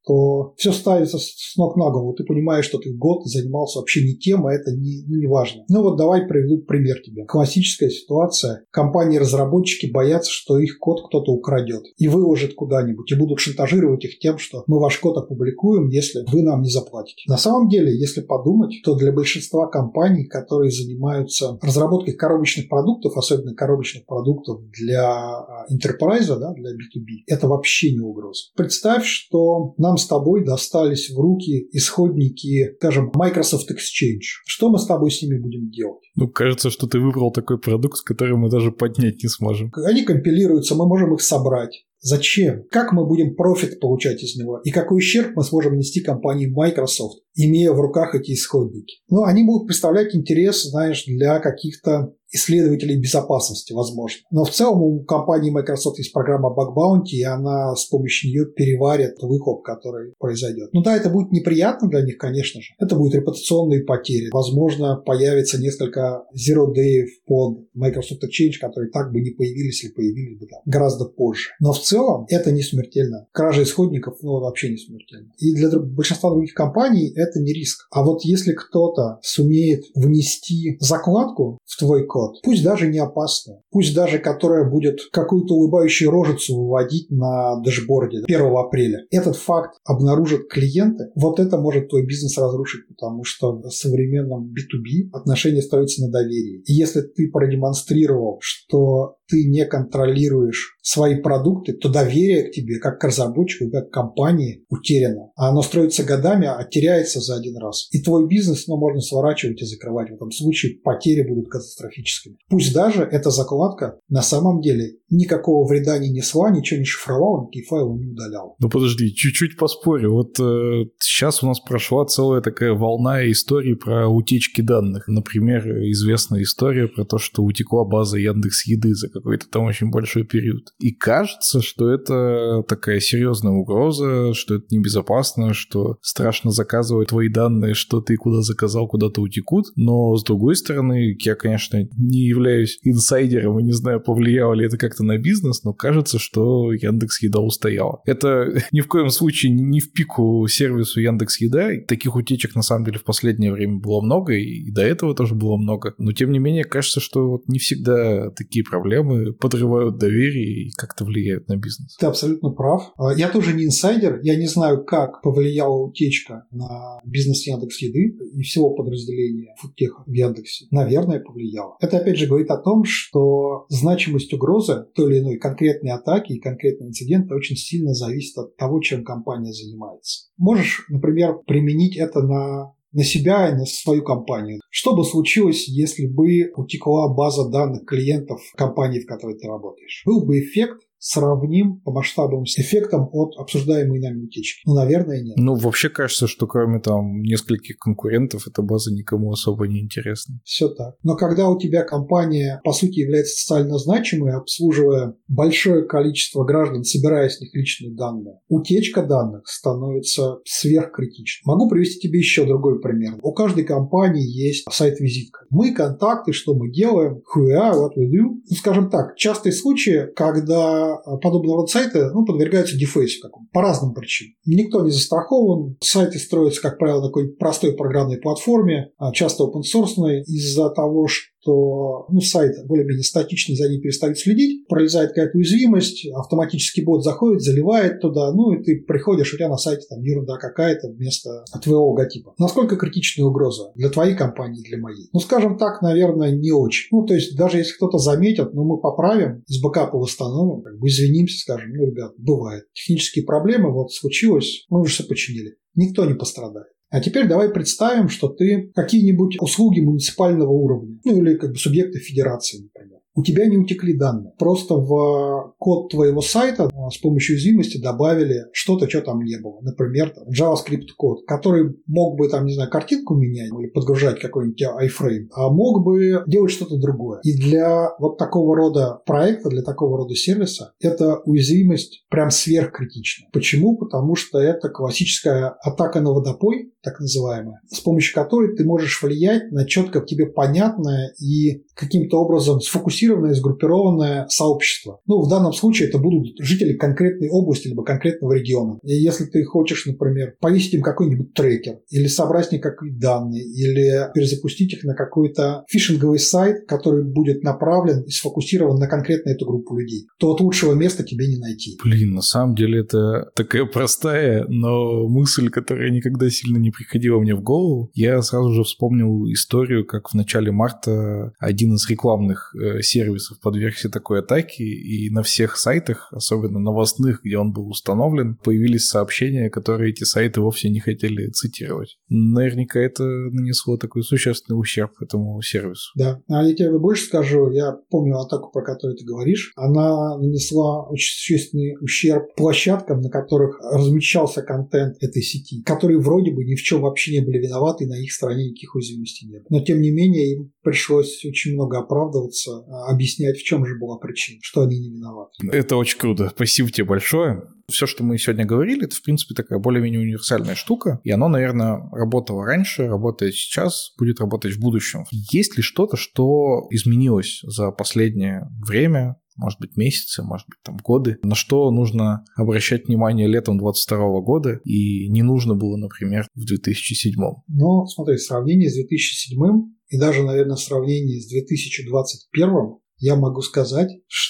что все ставится с ног на голову. Ты понимаешь, что ты год занимался вообще не тем, а это не, ну, не важно. Ну вот давай приведу пример тебе. Классическая ситуация. Компании-разработчики боятся, что их код кто-то украдет и выложит куда-нибудь, и будут шантажировать их тем, что мы ваш код опубликуем, если вы нам не заплатите. На самом деле, если подумать, то для большинства компаний, которые занимаются разработкой коробочных продуктов, особенно коробочных продуктов для enterprise, да, для би ту би, это вообще не угроза. Представь, что нам с тобой достались в руки исходники, скажем, Microsoft Exchange. Что мы с тобой с ними будем делать? Ну, кажется, что ты выбрал такой продукт, который мы даже поднять не сможем. Они компилируются, мы можем их собрать. Зачем? Как мы будем профит получать из него? И какой ущерб мы сможем нести компании Microsoft, имея в руках эти исходники? Ну, они будут представлять интерес, знаешь, для каких-то исследователей безопасности, возможно. Но в целом у компании Microsoft есть программа Bug Bounty, и она с помощью нее переварит выхлоп, который произойдет. Ну да, это будет неприятно для них, конечно же. Это будут репутационные потери. Возможно, появится несколько zero day под Microsoft Exchange, которые так бы не появились или появились бы там гораздо позже. Но в целом это не смертельно. Кража исходников, ну, вообще не смертельно. И для большинства других компаний это не риск. А вот если кто-то сумеет внести закладку в твой код, пусть даже не опасная, пусть даже которая будет какую-то улыбающую рожицу выводить на дэшборде первого апреля, этот факт обнаружат клиенты, вот это может твой бизнес разрушить, потому что в современном би ту би отношения строятся на доверии. И если ты продемонстрировал, что ты не контролируешь свои продукты, то доверие к тебе, как к разработчику, как к компании, утеряно. А оно строится годами, а теряется за один раз. И твой бизнес, ну, можно сворачивать и закрывать. В этом случае потери будут катастрофическими. Пусть даже эта закладка на самом деле никакого вреда не несла, ничего не шифровала, никакие файлы не удаляла. Ну подожди, чуть-чуть поспорю. Вот э, сейчас у нас прошла целая такая волна историй про утечки данных. Например, известная история про то, что утекла база Яндекс.Еды за какой-то там очень большой период. И кажется, что это такая серьезная угроза, что это небезопасно, что страшно заказывать твои данные, что ты куда заказал, куда-то утекут. Но, с другой стороны, я, конечно, не являюсь инсайдером и не знаю, повлияло ли это как-то на бизнес, но кажется, что Яндекс.Еда устояла. Это ни в коем случае не в пику сервису Яндекс.Еда. Таких утечек, на самом деле, в последнее время было много, и до этого тоже было много. Но, тем не менее, кажется, что вот не всегда такие проблемы подрывают доверие и как-то влияют на бизнес. Ты абсолютно прав. Я тоже не инсайдер. Я не знаю, как повлияла утечка на бизнес Яндекс.Еды и всего подразделения фудтеха в Яндексе. Наверное, повлияла. Это, опять же, говорит о том, что значимость угрозы той или иной конкретной атаки и конкретного инцидента очень сильно зависит от того, чем компания занимается. Можешь, например, применить это на на себя и на свою компанию. Что бы случилось, если бы утекла база данных клиентов компании, в которой ты работаешь? Был бы эффект сравним по масштабам с эффектом от обсуждаемой нами утечки? Ну, наверное, нет. Ну, вообще кажется, что кроме там нескольких конкурентов эта база никому особо не интересна. Все так. Но когда у тебя компания, по сути, является социально значимой, обслуживая большое количество граждан, собирая с них личные данные, утечка данных становится сверхкритичной. Могу привести тебе еще другой пример. У каждой компании есть сайт-визитка. Мы, контакты, что мы делаем, who we are, what we do. Ну, скажем так, частые случаи, когда подобного рода сайты, ну, подвергаются дефейсу какому-то, по разным причинам. Никто не застрахован. Сайты строятся, как правило, на какой-нибудь простой программной платформе, часто open-source, из-за того, что что ну, сайт более-менее статичный, за ним перестают следить, пролезает какая-то уязвимость, автоматический бот заходит, заливает туда, ну и ты приходишь, у тебя на сайте там ерунда какая-то вместо твоего логотипа. Насколько критичная угроза для твоей компании, для моей? Ну, скажем так, наверное, не очень. Ну, то есть, даже если кто-то заметит, ну, мы поправим, из бэкапа восстановим, как бы извинимся, скажем, ну, ребят, бывает. Технические проблемы, вот, случилось, мы уже все починили. Никто не пострадает. А теперь давай представим, что ты какие-нибудь услуги муниципального уровня, ну или как бы субъекты федерации, например. У тебя не утекли данные. Просто в код твоего сайта с помощью уязвимости добавили что-то, что там не было. Например, там, JavaScript код, который мог бы, там, не знаю, картинку менять или подгружать какой-нибудь iframe, а мог бы делать что-то другое. И для вот такого рода проекта, для такого рода сервиса, эта уязвимость прям сверхкритична. Почему? Потому что это классическая атака на водопой, так называемая, с помощью которой ты можешь влиять на четко тебе понятное и каким-то образом сфокусировать сфокусированное, сгруппированное сообщество. Ну, в данном случае это будут жители конкретной области либо конкретного региона. И если ты хочешь, например, повесить им какой-нибудь трекер, или собрать с них какие-то данные, или перезапустить их на какой-то фишинговый сайт, который будет направлен и сфокусирован на конкретно эту группу людей, то вот лучшего места тебе не найти. Блин, на самом деле это такая простая, но мысль, которая никогда сильно не приходила мне в голову. Я сразу же вспомнил историю, как в начале марта один из рекламных э, сервисов подвергся такой атаке, и на всех сайтах, особенно новостных, где он был установлен, появились сообщения, которые эти сайты вовсе не хотели цитировать. Наверняка это нанесло такой существенный ущерб этому сервису. Да, а я тебе больше скажу, я помню атаку, про которую ты говоришь, она нанесла очень существенный ущерб площадкам, на которых размещался контент этой сети, которые вроде бы ни в чем вообще не были виноваты, и на их стороне никаких уязвимостей нет. Но тем не менее им пришлось очень много оправдываться, объяснять, в чем же была причина, что они не виноваты. Это очень круто. Спасибо тебе большое. Все, что мы сегодня говорили, это, в принципе, такая более-менее универсальная штука, и оно, наверное, работало раньше, работает сейчас, будет работать в будущем. Есть ли что-то, что изменилось за последнее время, может быть, месяцы, может быть, там, годы, на что нужно обращать внимание летом двадцать второго года и не нужно было, например, в две тысячи седьмом? Ну, смотри, в сравнении с две тысячи седьмым и даже, наверное, в сравнении с две тысячи двадцать первым я могу сказать,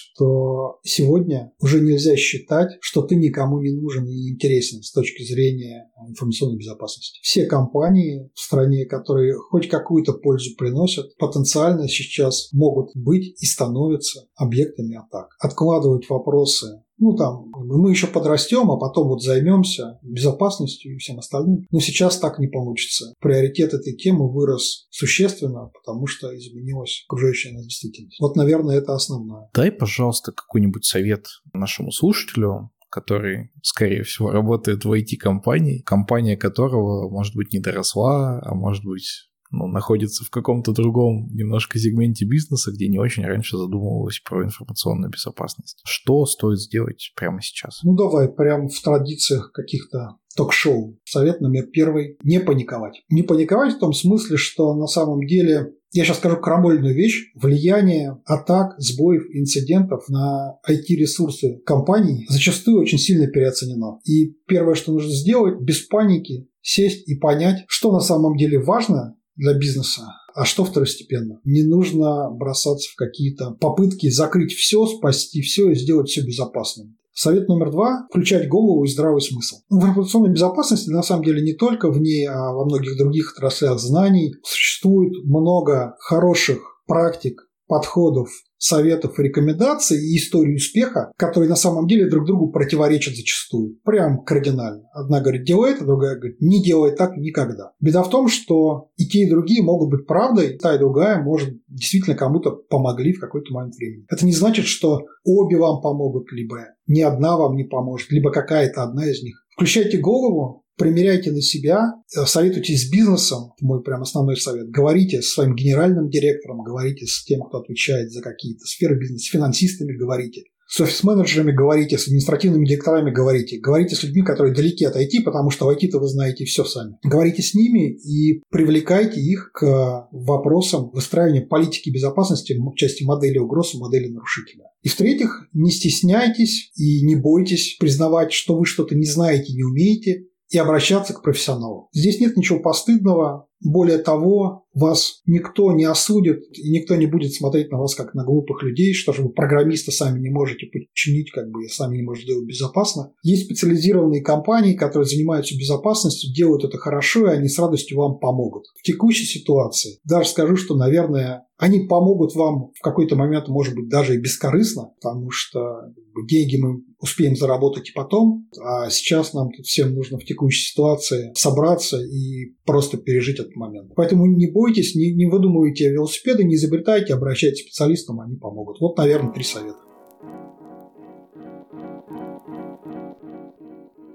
что сегодня уже нельзя считать, что ты никому не нужен и не интересен с точки зрения информационной безопасности. Все компании в стране, которые хоть какую-то пользу приносят, потенциально сейчас могут быть и становятся объектами атак. Откладывать вопросы, ну там, мы еще подрастем, а потом вот займемся безопасностью и всем остальным. Но сейчас так не получится. Приоритет этой темы вырос существенно, потому что изменилась окружающая нас действительность. Вот, наверное, это основное. Дай, пожалуйста, какой-нибудь совет нашему слушателю, который, скорее всего, работает в ай ти-компании, компания которого, может быть, не доросла, а может быть, ну, находится в каком-то другом немножко сегменте бизнеса, где не очень раньше задумывалась про информационную безопасность. Что стоит сделать прямо сейчас? Ну, давай, прямо в традициях каких-то ток-шоу. Совет номер первый – не паниковать. Не паниковать в том смысле, что на самом деле, я сейчас скажу крамольную вещь, влияние атак, сбоев, инцидентов на ай ти-ресурсы компаний зачастую очень сильно переоценено. И первое, что нужно сделать, без паники сесть и понять, что на самом деле важно для бизнеса, а что второстепенно. Не нужно бросаться в какие-то попытки закрыть все, спасти все и сделать все безопасным. Совет номер два – включать голову и здравый смысл. В информационной безопасности, на самом деле, не только в ней, а во многих других отраслях знаний существует много хороших практик, подходов, советов, рекомендаций и историй успеха, которые на самом деле друг другу противоречат зачастую. Прям кардинально. Одна говорит, делай это, другая говорит, не делай так никогда. Беда в том, что и те, и другие могут быть правдой, та и другая, может, действительно кому-то помогли в какой-то момент времени. Это не значит, что обе вам помогут, либо ни одна вам не поможет, либо какая-то одна из них. Включайте голову, примеряйте на себя, советуйтесь с бизнесом, мой прям основной совет. Говорите с своим генеральным директором, говорите с тем, кто отвечает за какие-то сферы бизнеса, с финансистами говорите, с офис-менеджерами говорите, с административными директорами говорите, говорите с людьми, которые далеки от ай ти, потому что в ай ти-то вы знаете все сами. Говорите с ними и привлекайте их к вопросам выстраивания политики безопасности в части модели угроз и модели нарушителя. И в-третьих, не стесняйтесь и не бойтесь признавать, что вы что-то не знаете, не умеете, и обращаться к профессионалу. Здесь нет ничего постыдного. Более того, вас никто не осудит, и никто не будет смотреть на вас как на глупых людей, что же вы программиста сами не можете подчинить, как бы сами не можете делать безопасно. Есть специализированные компании, которые занимаются безопасностью, делают это хорошо, и они с радостью вам помогут. В текущей ситуации даже скажу, что, наверное, они помогут вам в какой-то момент, может быть, даже и бескорыстно, потому что деньги мы успеем заработать и потом, а сейчас нам тут всем нужно в текущей ситуации собраться и просто пережить этот момент. Поэтому не бойтесь, не, не выдумывайте велосипеды, не изобретайте, обращайтесь к специалистам, они помогут. Вот, наверное, три совета. Женя,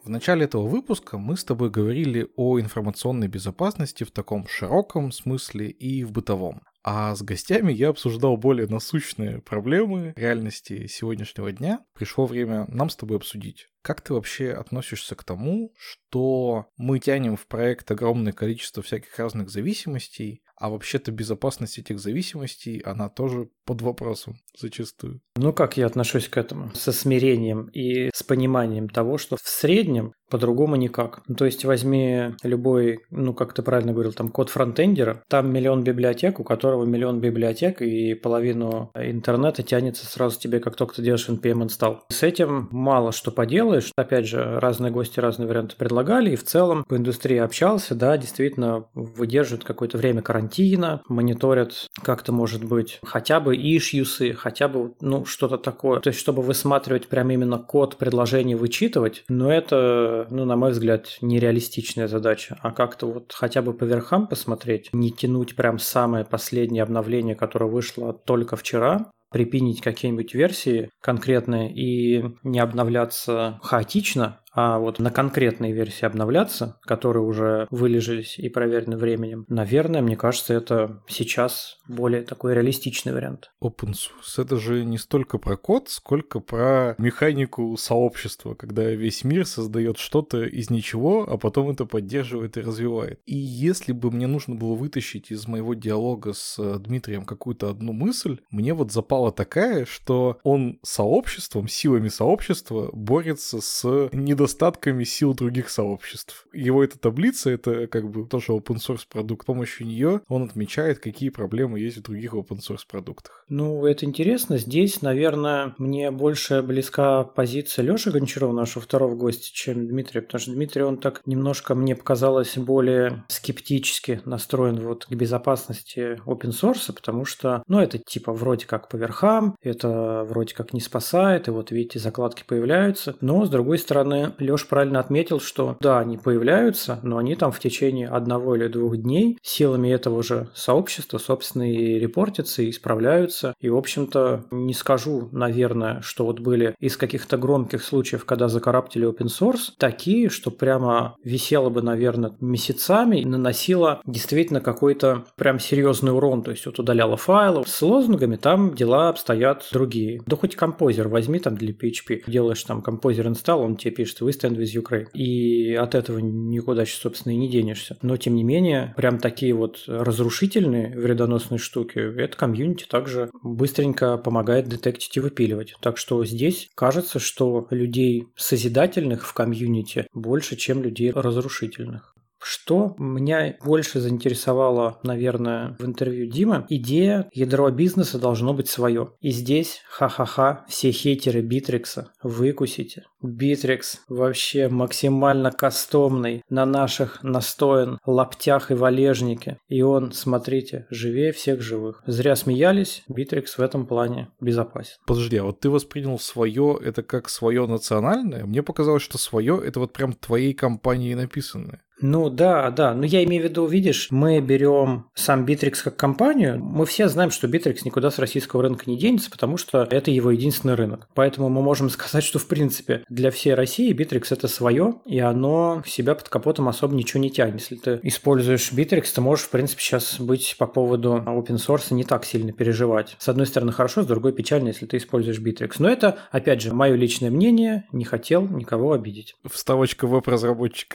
В начале этого выпуска мы с тобой говорили о информационной безопасности в таком широком смысле и в бытовом. А с гостями я обсуждал более насущные проблемы реальности сегодняшнего дня. Пришло время нам с тобой обсудить. Как ты вообще относишься к тому, что мы тянем в проект огромное количество всяких разных зависимостей, а вообще-то безопасность этих зависимостей, она тоже под вопросом зачастую? Ну, как я отношусь к этому? Со смирением и с пониманием того, что в среднем по-другому никак. Ну, то есть возьми любой, ну, как ты правильно говорил, там код фронтендера, там миллион библиотек, у которого миллион библиотек, и половину интернета тянется сразу тебе, как только ты делаешь эн пи эм install. С этим мало что поделаешь. Опять же, разные гости разные варианты предлагали, и в целом по индустрии общался, да, действительно выдерживают какое-то время карантина, мониторят как-то, может быть, хотя бы ишьюсы, хотя бы, ну, что-то такое. То есть, чтобы высматривать прям именно код предложений, вычитывать, но это, ну, на мой взгляд, нереалистичная задача. А как-то вот хотя бы по верхам посмотреть, не тянуть прям самое последнее обновление, которое вышло только вчера, припинить какие-нибудь версии конкретные и не обновляться хаотично, а вот на конкретные версии обновляться, которые уже вылежались и проверены временем, наверное, мне кажется, это сейчас более такой реалистичный вариант. Open source — это же не столько про код, сколько про механику сообщества, когда весь мир создает что-то из ничего, а потом это поддерживает и развивает. И если бы мне нужно было вытащить из моего диалога с Дмитрием какую-то одну мысль, мне вот запала такая, что он сообществом, силами сообщества борется с недостатками недостатками сил других сообществ. Его эта таблица — это как бы тоже open source продукт. С помощью нее он отмечает, какие проблемы есть в других open source продуктах. Ну, это интересно. Здесь, наверное, мне больше близка позиция Лёши Гончарова, нашего второго гостя, чем Дмитрия, потому что Дмитрий, он так немножко, мне показалось, более скептически настроен вот к безопасности open source, потому что, ну, это типа вроде как по верхам, это вроде как не спасает, и вот видите, закладки появляются, но, с другой стороны, Лёш правильно отметил, что да, они появляются, но они там в течение одного или двух дней силами этого же сообщества, собственно, и репортятся, и исправляются. И, в общем-то, не скажу, наверное, что вот были из каких-то громких случаев, когда закараптили open source, такие, что прямо висело бы, наверное, месяцами и наносило действительно какой-то прям серьезный урон. То есть вот удаляло файлы. С лозунгами там дела обстоят другие. Да хоть композер возьми там для пи эйч пи. Делаешь там композер install, он тебе пишет: вы stand with Ukraine. И от этого никуда, собственно, и не денешься. Но, тем не менее, прям такие вот разрушительные, вредоносные штуки, это комьюнити также быстренько помогает детектить и выпиливать. Так что здесь кажется, что людей созидательных в комьюнити больше, чем людей разрушительных. Что меня больше заинтересовало, наверное, в интервью Димы, идея ядро бизнеса должно быть свое. И здесь, ха-ха-ха, все хейтеры Битрикса выкусите. Битрикс вообще максимально кастомный, на наших настоен лаптях и валежнике. И он, смотрите, живее всех живых. Зря смеялись, Битрикс в этом плане безопасен. Подожди, а вот ты воспринял свое это как свое национальное? Мне показалось, что свое это вот прям твоей компанией написанное. Ну да, да, но я имею в виду, видишь, мы берем сам Bittrex как компанию, мы все знаем, что Bittrex никуда с российского рынка не денется, потому что это его единственный рынок. Поэтому мы можем сказать, что в принципе для всей России Bittrex это свое, и оно себя под капотом особо ничего не тянет. Если ты используешь Bittrex, ты можешь в принципе сейчас быть по поводу open source не так сильно переживать. С одной стороны хорошо, с другой печально, если ты используешь Bittrex. Но это, опять же, мое личное мнение, не хотел никого обидеть. Вставочка веб-разработчика.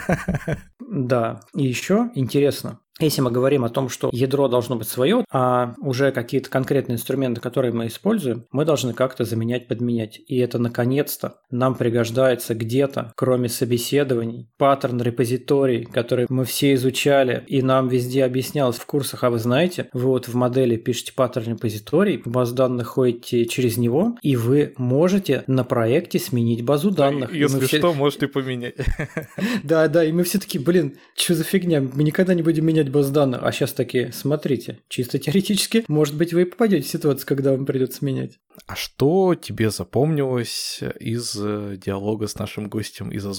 Да, и еще интересно, если мы говорим о том, что ядро должно быть свое, а уже какие-то конкретные инструменты, которые мы используем, мы должны как-то заменять, подменять. И это, наконец-то, нам пригождается где-то, кроме собеседований, паттерн-репозиторий, который мы все изучали, и нам везде объяснялось в курсах, а вы знаете, вы вот в модели пишете паттерн-репозиторий, в базу данных ходите через него, и вы можете на проекте сменить базу данных. Если что, можете поменять. Да, да, и мы все такие, блин, что за фигня, мы никогда не будем менять баз данных, а сейчас такие, смотрите, чисто теоретически, может быть, вы и попадете в ситуацию, когда вам придется менять. А что тебе запомнилось из диалога с нашим гостем из Озона?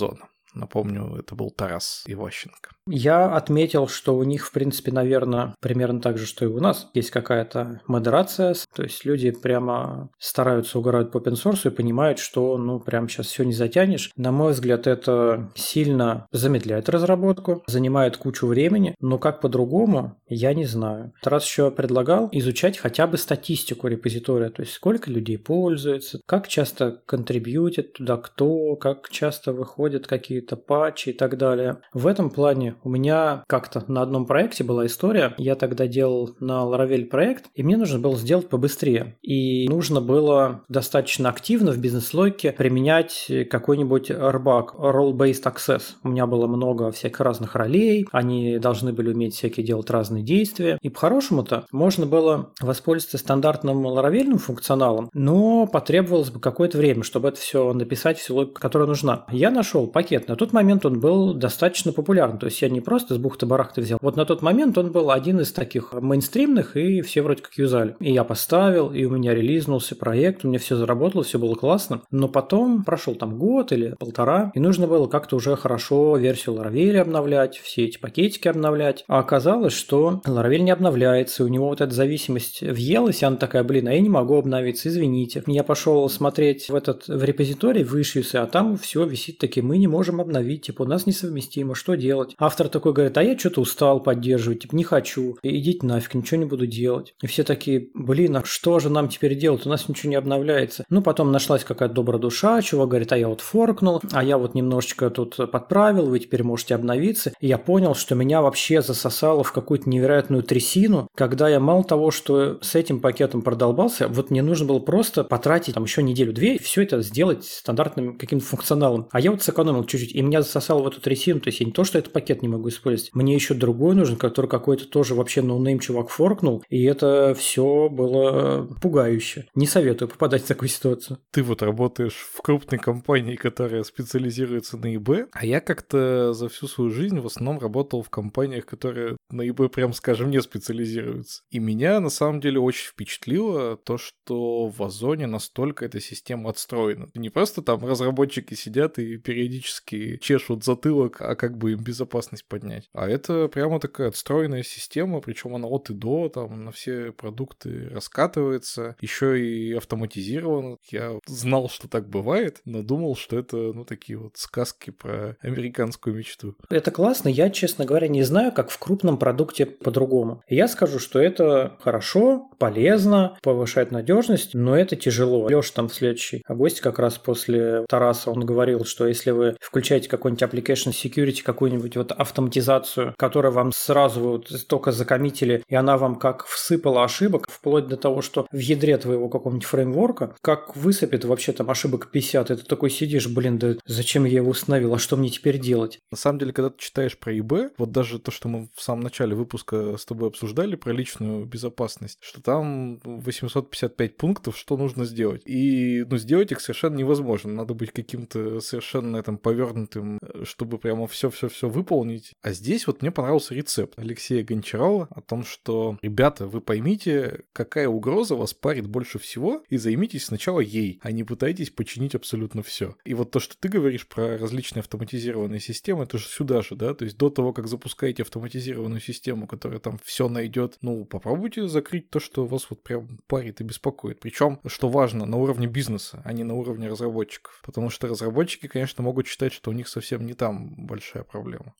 Напомню, это был Тарас Иващенко. Я отметил, что у них, в принципе, наверное, примерно так же, что и у нас. Есть какая-то модерация, то есть люди прямо стараются, угорают по open-source и понимают, что, ну, прям сейчас все не затянешь. На мой взгляд, это сильно замедляет разработку, занимает кучу времени, но как по-другому, я не знаю. Тарас еще предлагал изучать хотя бы статистику репозитория, то есть сколько людей пользуется, как часто контрибьютят туда кто, как часто выходят какие-то патчи и так далее. В этом плане у меня как-то на одном проекте была история. Я тогда делал на Laravel проект, и мне нужно было сделать побыстрее. И нужно было достаточно активно в бизнес-логике применять какой-нибудь эр бак, Role-Based Access. У меня было много всяких разных ролей, они должны были уметь всякие делать разные действия. И по-хорошему-то можно было воспользоваться стандартным Laravel функционалом, но потребовалось бы какое-то время, чтобы это все написать, всю логику, которая нужна. Я нашел пакет. На тот момент он был достаточно популярен, то есть я не просто с бухты-барахты взял. Вот на тот момент он был один из таких мейнстримных, и все вроде как юзали. И я поставил, и у меня релизнулся проект, у меня все заработало, все было классно. Но потом прошел там год или полтора, и нужно было как-то уже хорошо версию Laravel обновлять, все эти пакетики обновлять. А оказалось, что Laravel не обновляется, у него вот эта зависимость въелась, и она такая, блин, а я не могу обновиться, извините. Я пошел смотреть в этот в репозиторий, в issues, а там все висит такие, мы не можем обновить, типа у нас несовместимо, что делать? Автор такой говорит, а я что-то устал поддерживать, типа не хочу, идите нафиг, ничего не буду делать. И все такие, блин, а что же нам теперь делать? У нас ничего не обновляется. Ну, потом нашлась какая-то добрая душа, чувак говорит, а я вот форкнул, а я вот немножечко тут подправил, вы теперь можете обновиться. И я понял, что меня вообще засосало в какую-то невероятную трясину, когда я мало того, что с этим пакетом продолбался, вот мне нужно было просто потратить там еще неделю-две и все это сделать стандартным каким-то функционалом. А я вот сэкономил чуть-чуть, и меня засосало в эту трясину, то есть я не то, что этот пакет не могу использовать, мне еще другой нужен, который какой-то тоже вообще ноунейм чувак форкнул, и это все было пугающе. Не советую попадать в такую ситуацию. Ты вот работаешь в крупной компании, которая специализируется на ИБ, а я как-то за всю свою жизнь в основном работал в компаниях, которые на ИБ, прям скажем, не специализируются. И меня на самом деле очень впечатлило то, что в Озоне настолько эта система отстроена. Не просто там разработчики сидят и периодически чешут затылок, а как бы им безопасность поднять. А это прямо такая отстроенная система, причем она от и до, там на все продукты раскатывается, еще и автоматизирована. Я знал, что так бывает, но думал, что это, ну, такие вот сказки про американскую мечту. Это классно. Я, честно говоря, не знаю, как в крупном продукте по-другому. Я скажу, что это хорошо, полезно, повышает надежность, но это тяжело. Леша там в следующей гости как раз после Тараса, он говорил, что если вы включаете какой-нибудь application security, какую-нибудь вот автоматизацию, которая вам сразу вот только закоммитили, и она вам как всыпала ошибок, вплоть до того, что в ядре твоего какого-нибудь фреймворка, как высыпет вообще там ошибок пятьдесят, и ты такой сидишь, блин, да зачем я его установил, а что мне теперь делать? На самом деле, когда ты читаешь про ИБ, вот даже то, что мы в самом начале выпуска с тобой обсуждали про личную безопасность, что там восемьсот пятьдесят пять пунктов, что нужно сделать. И, ну, сделать их совершенно невозможно. Надо быть каким-то совершенно там повернутым, чтобы прямо все-все-все выполнить. А здесь вот мне понравился рецепт Алексея Гончарова о том, что, ребята, вы поймите, какая угроза вас парит больше всего, и займитесь сначала ей, а не пытайтесь починить абсолютно все. И вот то, что ты говоришь про различные автоматизированные системы, это же сюда же, да, то есть до того, как запускаете автоматизированную систему, которая там все найдет, ну, попробуйте закрыть то, что вас вот прям парит и беспокоит. Причем, что важно, на уровне бизнеса, а не на уровне разработчиков. Потому что разработчики, конечно, могут считать, что у них совсем не там большая проблема.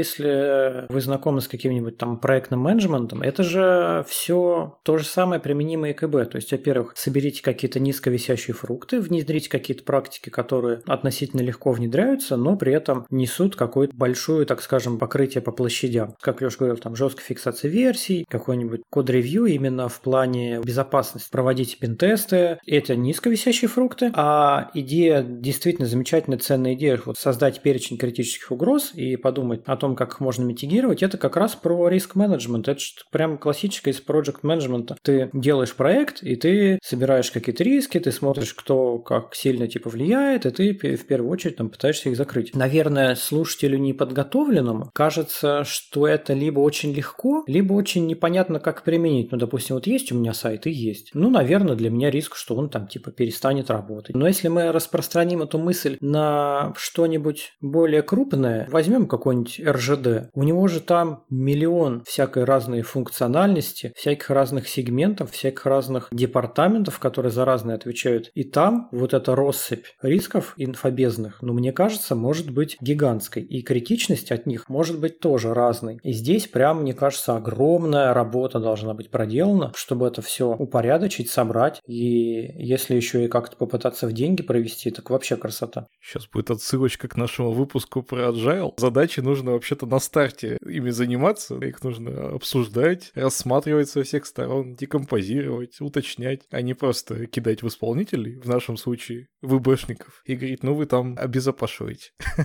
Если вы знакомы с каким-нибудь там проектным менеджментом, это же все то же самое применимое к ИБ. То есть, во-первых, соберите какие-то низковисящие фрукты, внедрите какие-то практики, которые относительно легко внедряются, но при этом несут какое-то большое, так скажем, покрытие по площадям. Как Леша говорил, там жесткая фиксация версий, какой-нибудь код-ревью именно в плане безопасности. Проводите пентесты. Это низковисящие фрукты. А идея, действительно замечательная, ценная идея, вот создать перечень критических угроз и подумать, о том, как их можно митигировать, это как раз про риск-менеджмент. Это прям классическое из проект-менеджмента. Ты делаешь проект, и ты собираешь какие-то риски, ты смотришь, кто как сильно типа влияет, и ты в первую очередь там пытаешься их закрыть. Наверное, слушателю неподготовленному кажется, что это либо очень легко, либо очень непонятно, как применить. Ну, допустим, вот есть у меня сайт и есть. Ну, наверное, для меня риск, что он там типа перестанет работать. Но если мы распространим эту мысль на что-нибудь более крупное, возьмем какой-нибудь эр жэ дэ, у него же там миллион всякой разной функциональности, всяких разных сегментов, всяких разных департаментов, которые за разные отвечают. И там вот эта россыпь рисков инфобезных, ну, мне кажется, может быть гигантской. И критичность от них может быть тоже разной. И здесь прям, мне кажется, огромная работа должна быть проделана, чтобы это все упорядочить, собрать. И если еще и как-то попытаться в деньги провести, так вообще красота. Сейчас будет отсылочка к нашему выпуску про Agile. Задачи нужно вообще-то на старте ими заниматься. Их нужно обсуждать, рассматривать со всех сторон, декомпозировать, уточнять, а не просто кидать в исполнителей, в нашем случае ВБшников, и говорить, ну вы там обезопашиваете.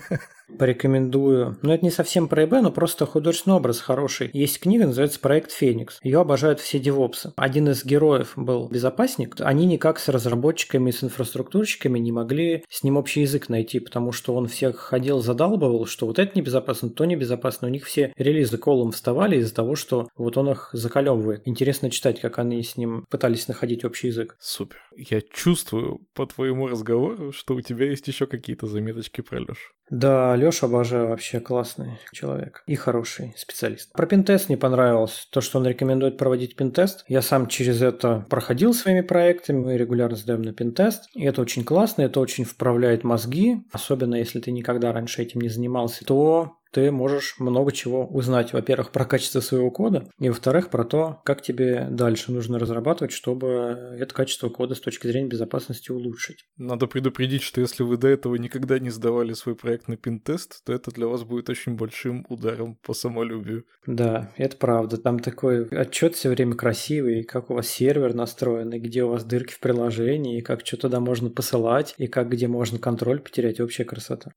Порекомендую. Но это не совсем про ИБ, но просто художественный образ хороший. Есть книга, называется «Проект Феникс». Ее обожают все девопсы. Один из героев был безопасник. Они никак с разработчиками, с инфраструктурщиками не могли с ним общий язык найти, потому что он всех ходил, задалбывал, что вот это небезопасно, то небезопасно. У них все релизы колом вставали из-за того, что вот он их закалёвывает. Интересно читать, как они с ним пытались находить общий язык. Супер. Я чувствую по твоему разговору, что у тебя есть еще какие-то заметочки про Лёшу. Да, Лёша обожаю, вообще классный человек и хороший специалист. Про пентест не понравилось, то, что он рекомендует проводить пентест. Я сам через это проходил своими проектами, мы регулярно сдаем на пентест. И это очень классно, это очень вправляет мозги, особенно если ты никогда раньше этим не занимался, то ты можешь много чего узнать, во-первых, про качество своего кода, и, во-вторых, про то, как тебе дальше нужно разрабатывать, чтобы это качество кода с точки зрения безопасности улучшить. Надо предупредить, что если вы до этого никогда не сдавали свой проект на пентест, то это для вас будет очень большим ударом по самолюбию. Да, это правда. Там такой отчет все время красивый, как у вас сервер настроен, и где у вас дырки в приложении, и как что туда можно посылать, и как где можно контроль потерять. Общая красота.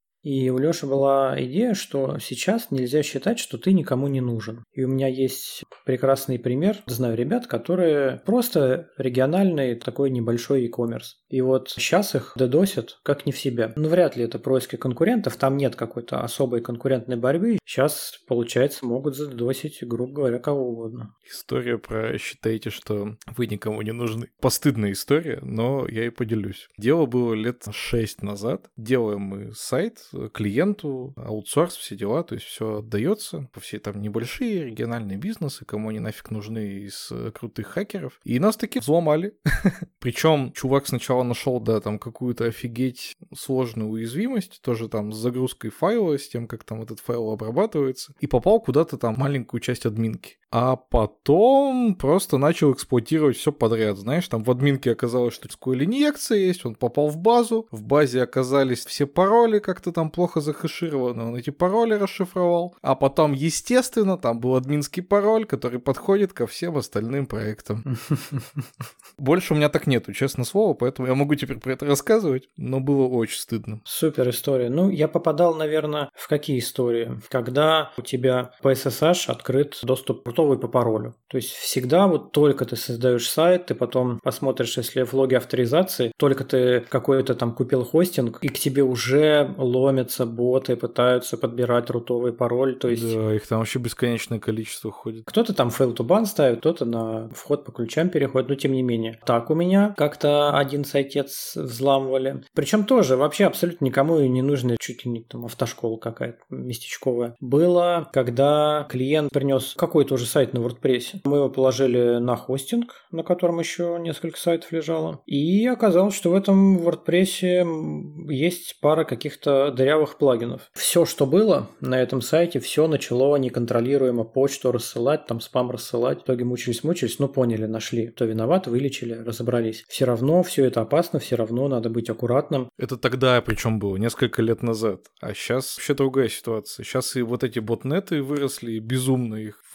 И у Лёши была идея, что сейчас нельзя считать, что ты никому не нужен. И у меня есть прекрасный пример. Знаю ребят, которые просто региональный такой небольшой e-commerce. И вот сейчас их додосят как не в себя. Ну, вряд ли это происки конкурентов, там нет какой-то особой конкурентной борьбы. Сейчас, получается, могут задосить, грубо говоря, кого угодно. История про «считайте, что вы никому не нужны». Постыдная история, но я и поделюсь. Дело было лет шесть назад. Делаем мы сайт клиенту, аутсорс, все дела, то есть все отдается по все там небольшие региональные бизнесы, кому они нафиг нужны из крутых хакеров. И нас таки взломали. Причем чувак сначала нашел, да, там какую-то офигеть сложную уязвимость, тоже там с загрузкой файла, с тем, как там этот файл обрабатывается, и попал куда-то там маленькую часть админки. А потом просто начал эксплуатировать все подряд. Знаешь, там в админке оказалось, что эс ку эль-инъекция есть, он попал в базу, в базе оказались все пароли как-то там плохо захэшированы, он эти пароли расшифровал. А потом, естественно, там был админский пароль, который подходит ко всем остальным проектам. Больше у меня так нету, честно слово, поэтому я могу теперь про это рассказывать, но было очень стыдно. Супер история. Ну, я попадал, наверное, в какие истории? Когда у тебя по эс эс эйч открыт доступ готовый по паролю. То есть всегда вот только ты создаешь сайт, ты потом посмотришь, если в логе авторизации, только ты какой-то там купил хостинг, и к тебе уже ломятся боты, пытаются подбирать рутовый пароль. То есть... Да, их там вообще бесконечное количество ходит. Кто-то там fail to ban ставит, кто-то на вход по ключам переходит, но тем не менее. Так у меня как-то один сайтец взламывали. Причем тоже вообще абсолютно никому не нужно, чуть ли не там автошкола какая-то местечковая. Было, когда клиент принес какой-то уже сайт на WordPress. Мы его положили на хостинг, на котором еще несколько сайтов лежало. И оказалось, что в этом WordPress есть пара каких-то дырявых плагинов. Все, что было на этом сайте, все начало неконтролируемо почту рассылать, там спам рассылать. В итоге мучились-мучились, но поняли, нашли, кто виноват, вылечили, разобрались. Все равно все это опасно, все равно надо быть аккуратным. Это тогда причем было, несколько лет назад. А сейчас вообще другая ситуация. Сейчас и вот эти ботнеты выросли, и безумно их вот так, если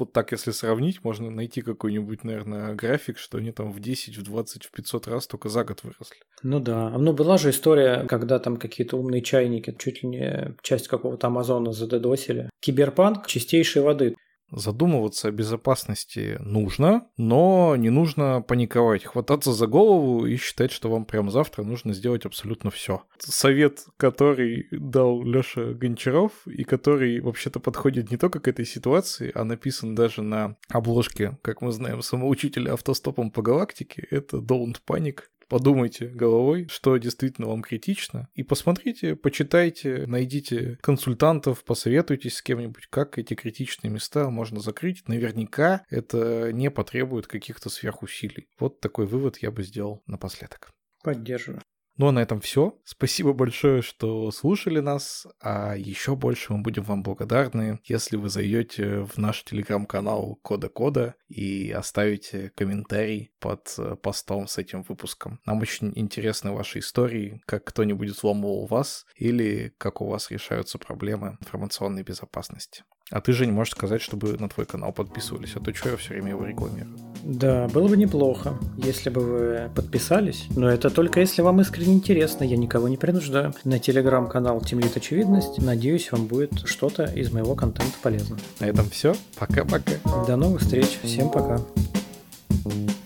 если сравнить, можно найти какой-нибудь, наверное, график, что они там в десять, в двадцать, в пятьсот раз только за год выросли. Ну да. Ну, была же история, когда там какие-то умные чайники, чуть ли не часть какого-то Амазона задедосили. Киберпанк чистейшей воды. Задумываться о безопасности нужно, но не нужно паниковать, хвататься за голову и считать, что вам прямо завтра нужно сделать абсолютно все. Совет, который дал Лёша Гончаров и который вообще-то подходит не только к этой ситуации, а написан даже на обложке, как мы знаем, самоучителя автостопом по галактике, это «Don't Panic». Подумайте головой, что действительно вам критично, и посмотрите, почитайте, найдите консультантов, посоветуйтесь с кем-нибудь, как эти критичные места можно закрыть. Наверняка это не потребует каких-то сверхусилий. Вот такой вывод я бы сделал напоследок. Поддерживаю. Ну а на этом все. Спасибо большое, что слушали нас, а еще больше мы будем вам благодарны, если вы зайдете в наш телеграм-канал Кода Кода и оставите комментарий под постом с этим выпуском. Нам очень интересны ваши истории, как кто-нибудь взломал вас или как у вас решаются проблемы информационной безопасности. А ты, Жень, можешь сказать, чтобы на твой канал подписывались, а то что я все время его рекламирую. Да, было бы неплохо, если бы вы подписались, но это только если вам искренне интересно, я никого не принуждаю. На телеграм-канал Teamlead Очевидность, надеюсь, вам будет что-то из моего контента полезно. На этом все. Пока-пока. До новых встреч. Всем пока.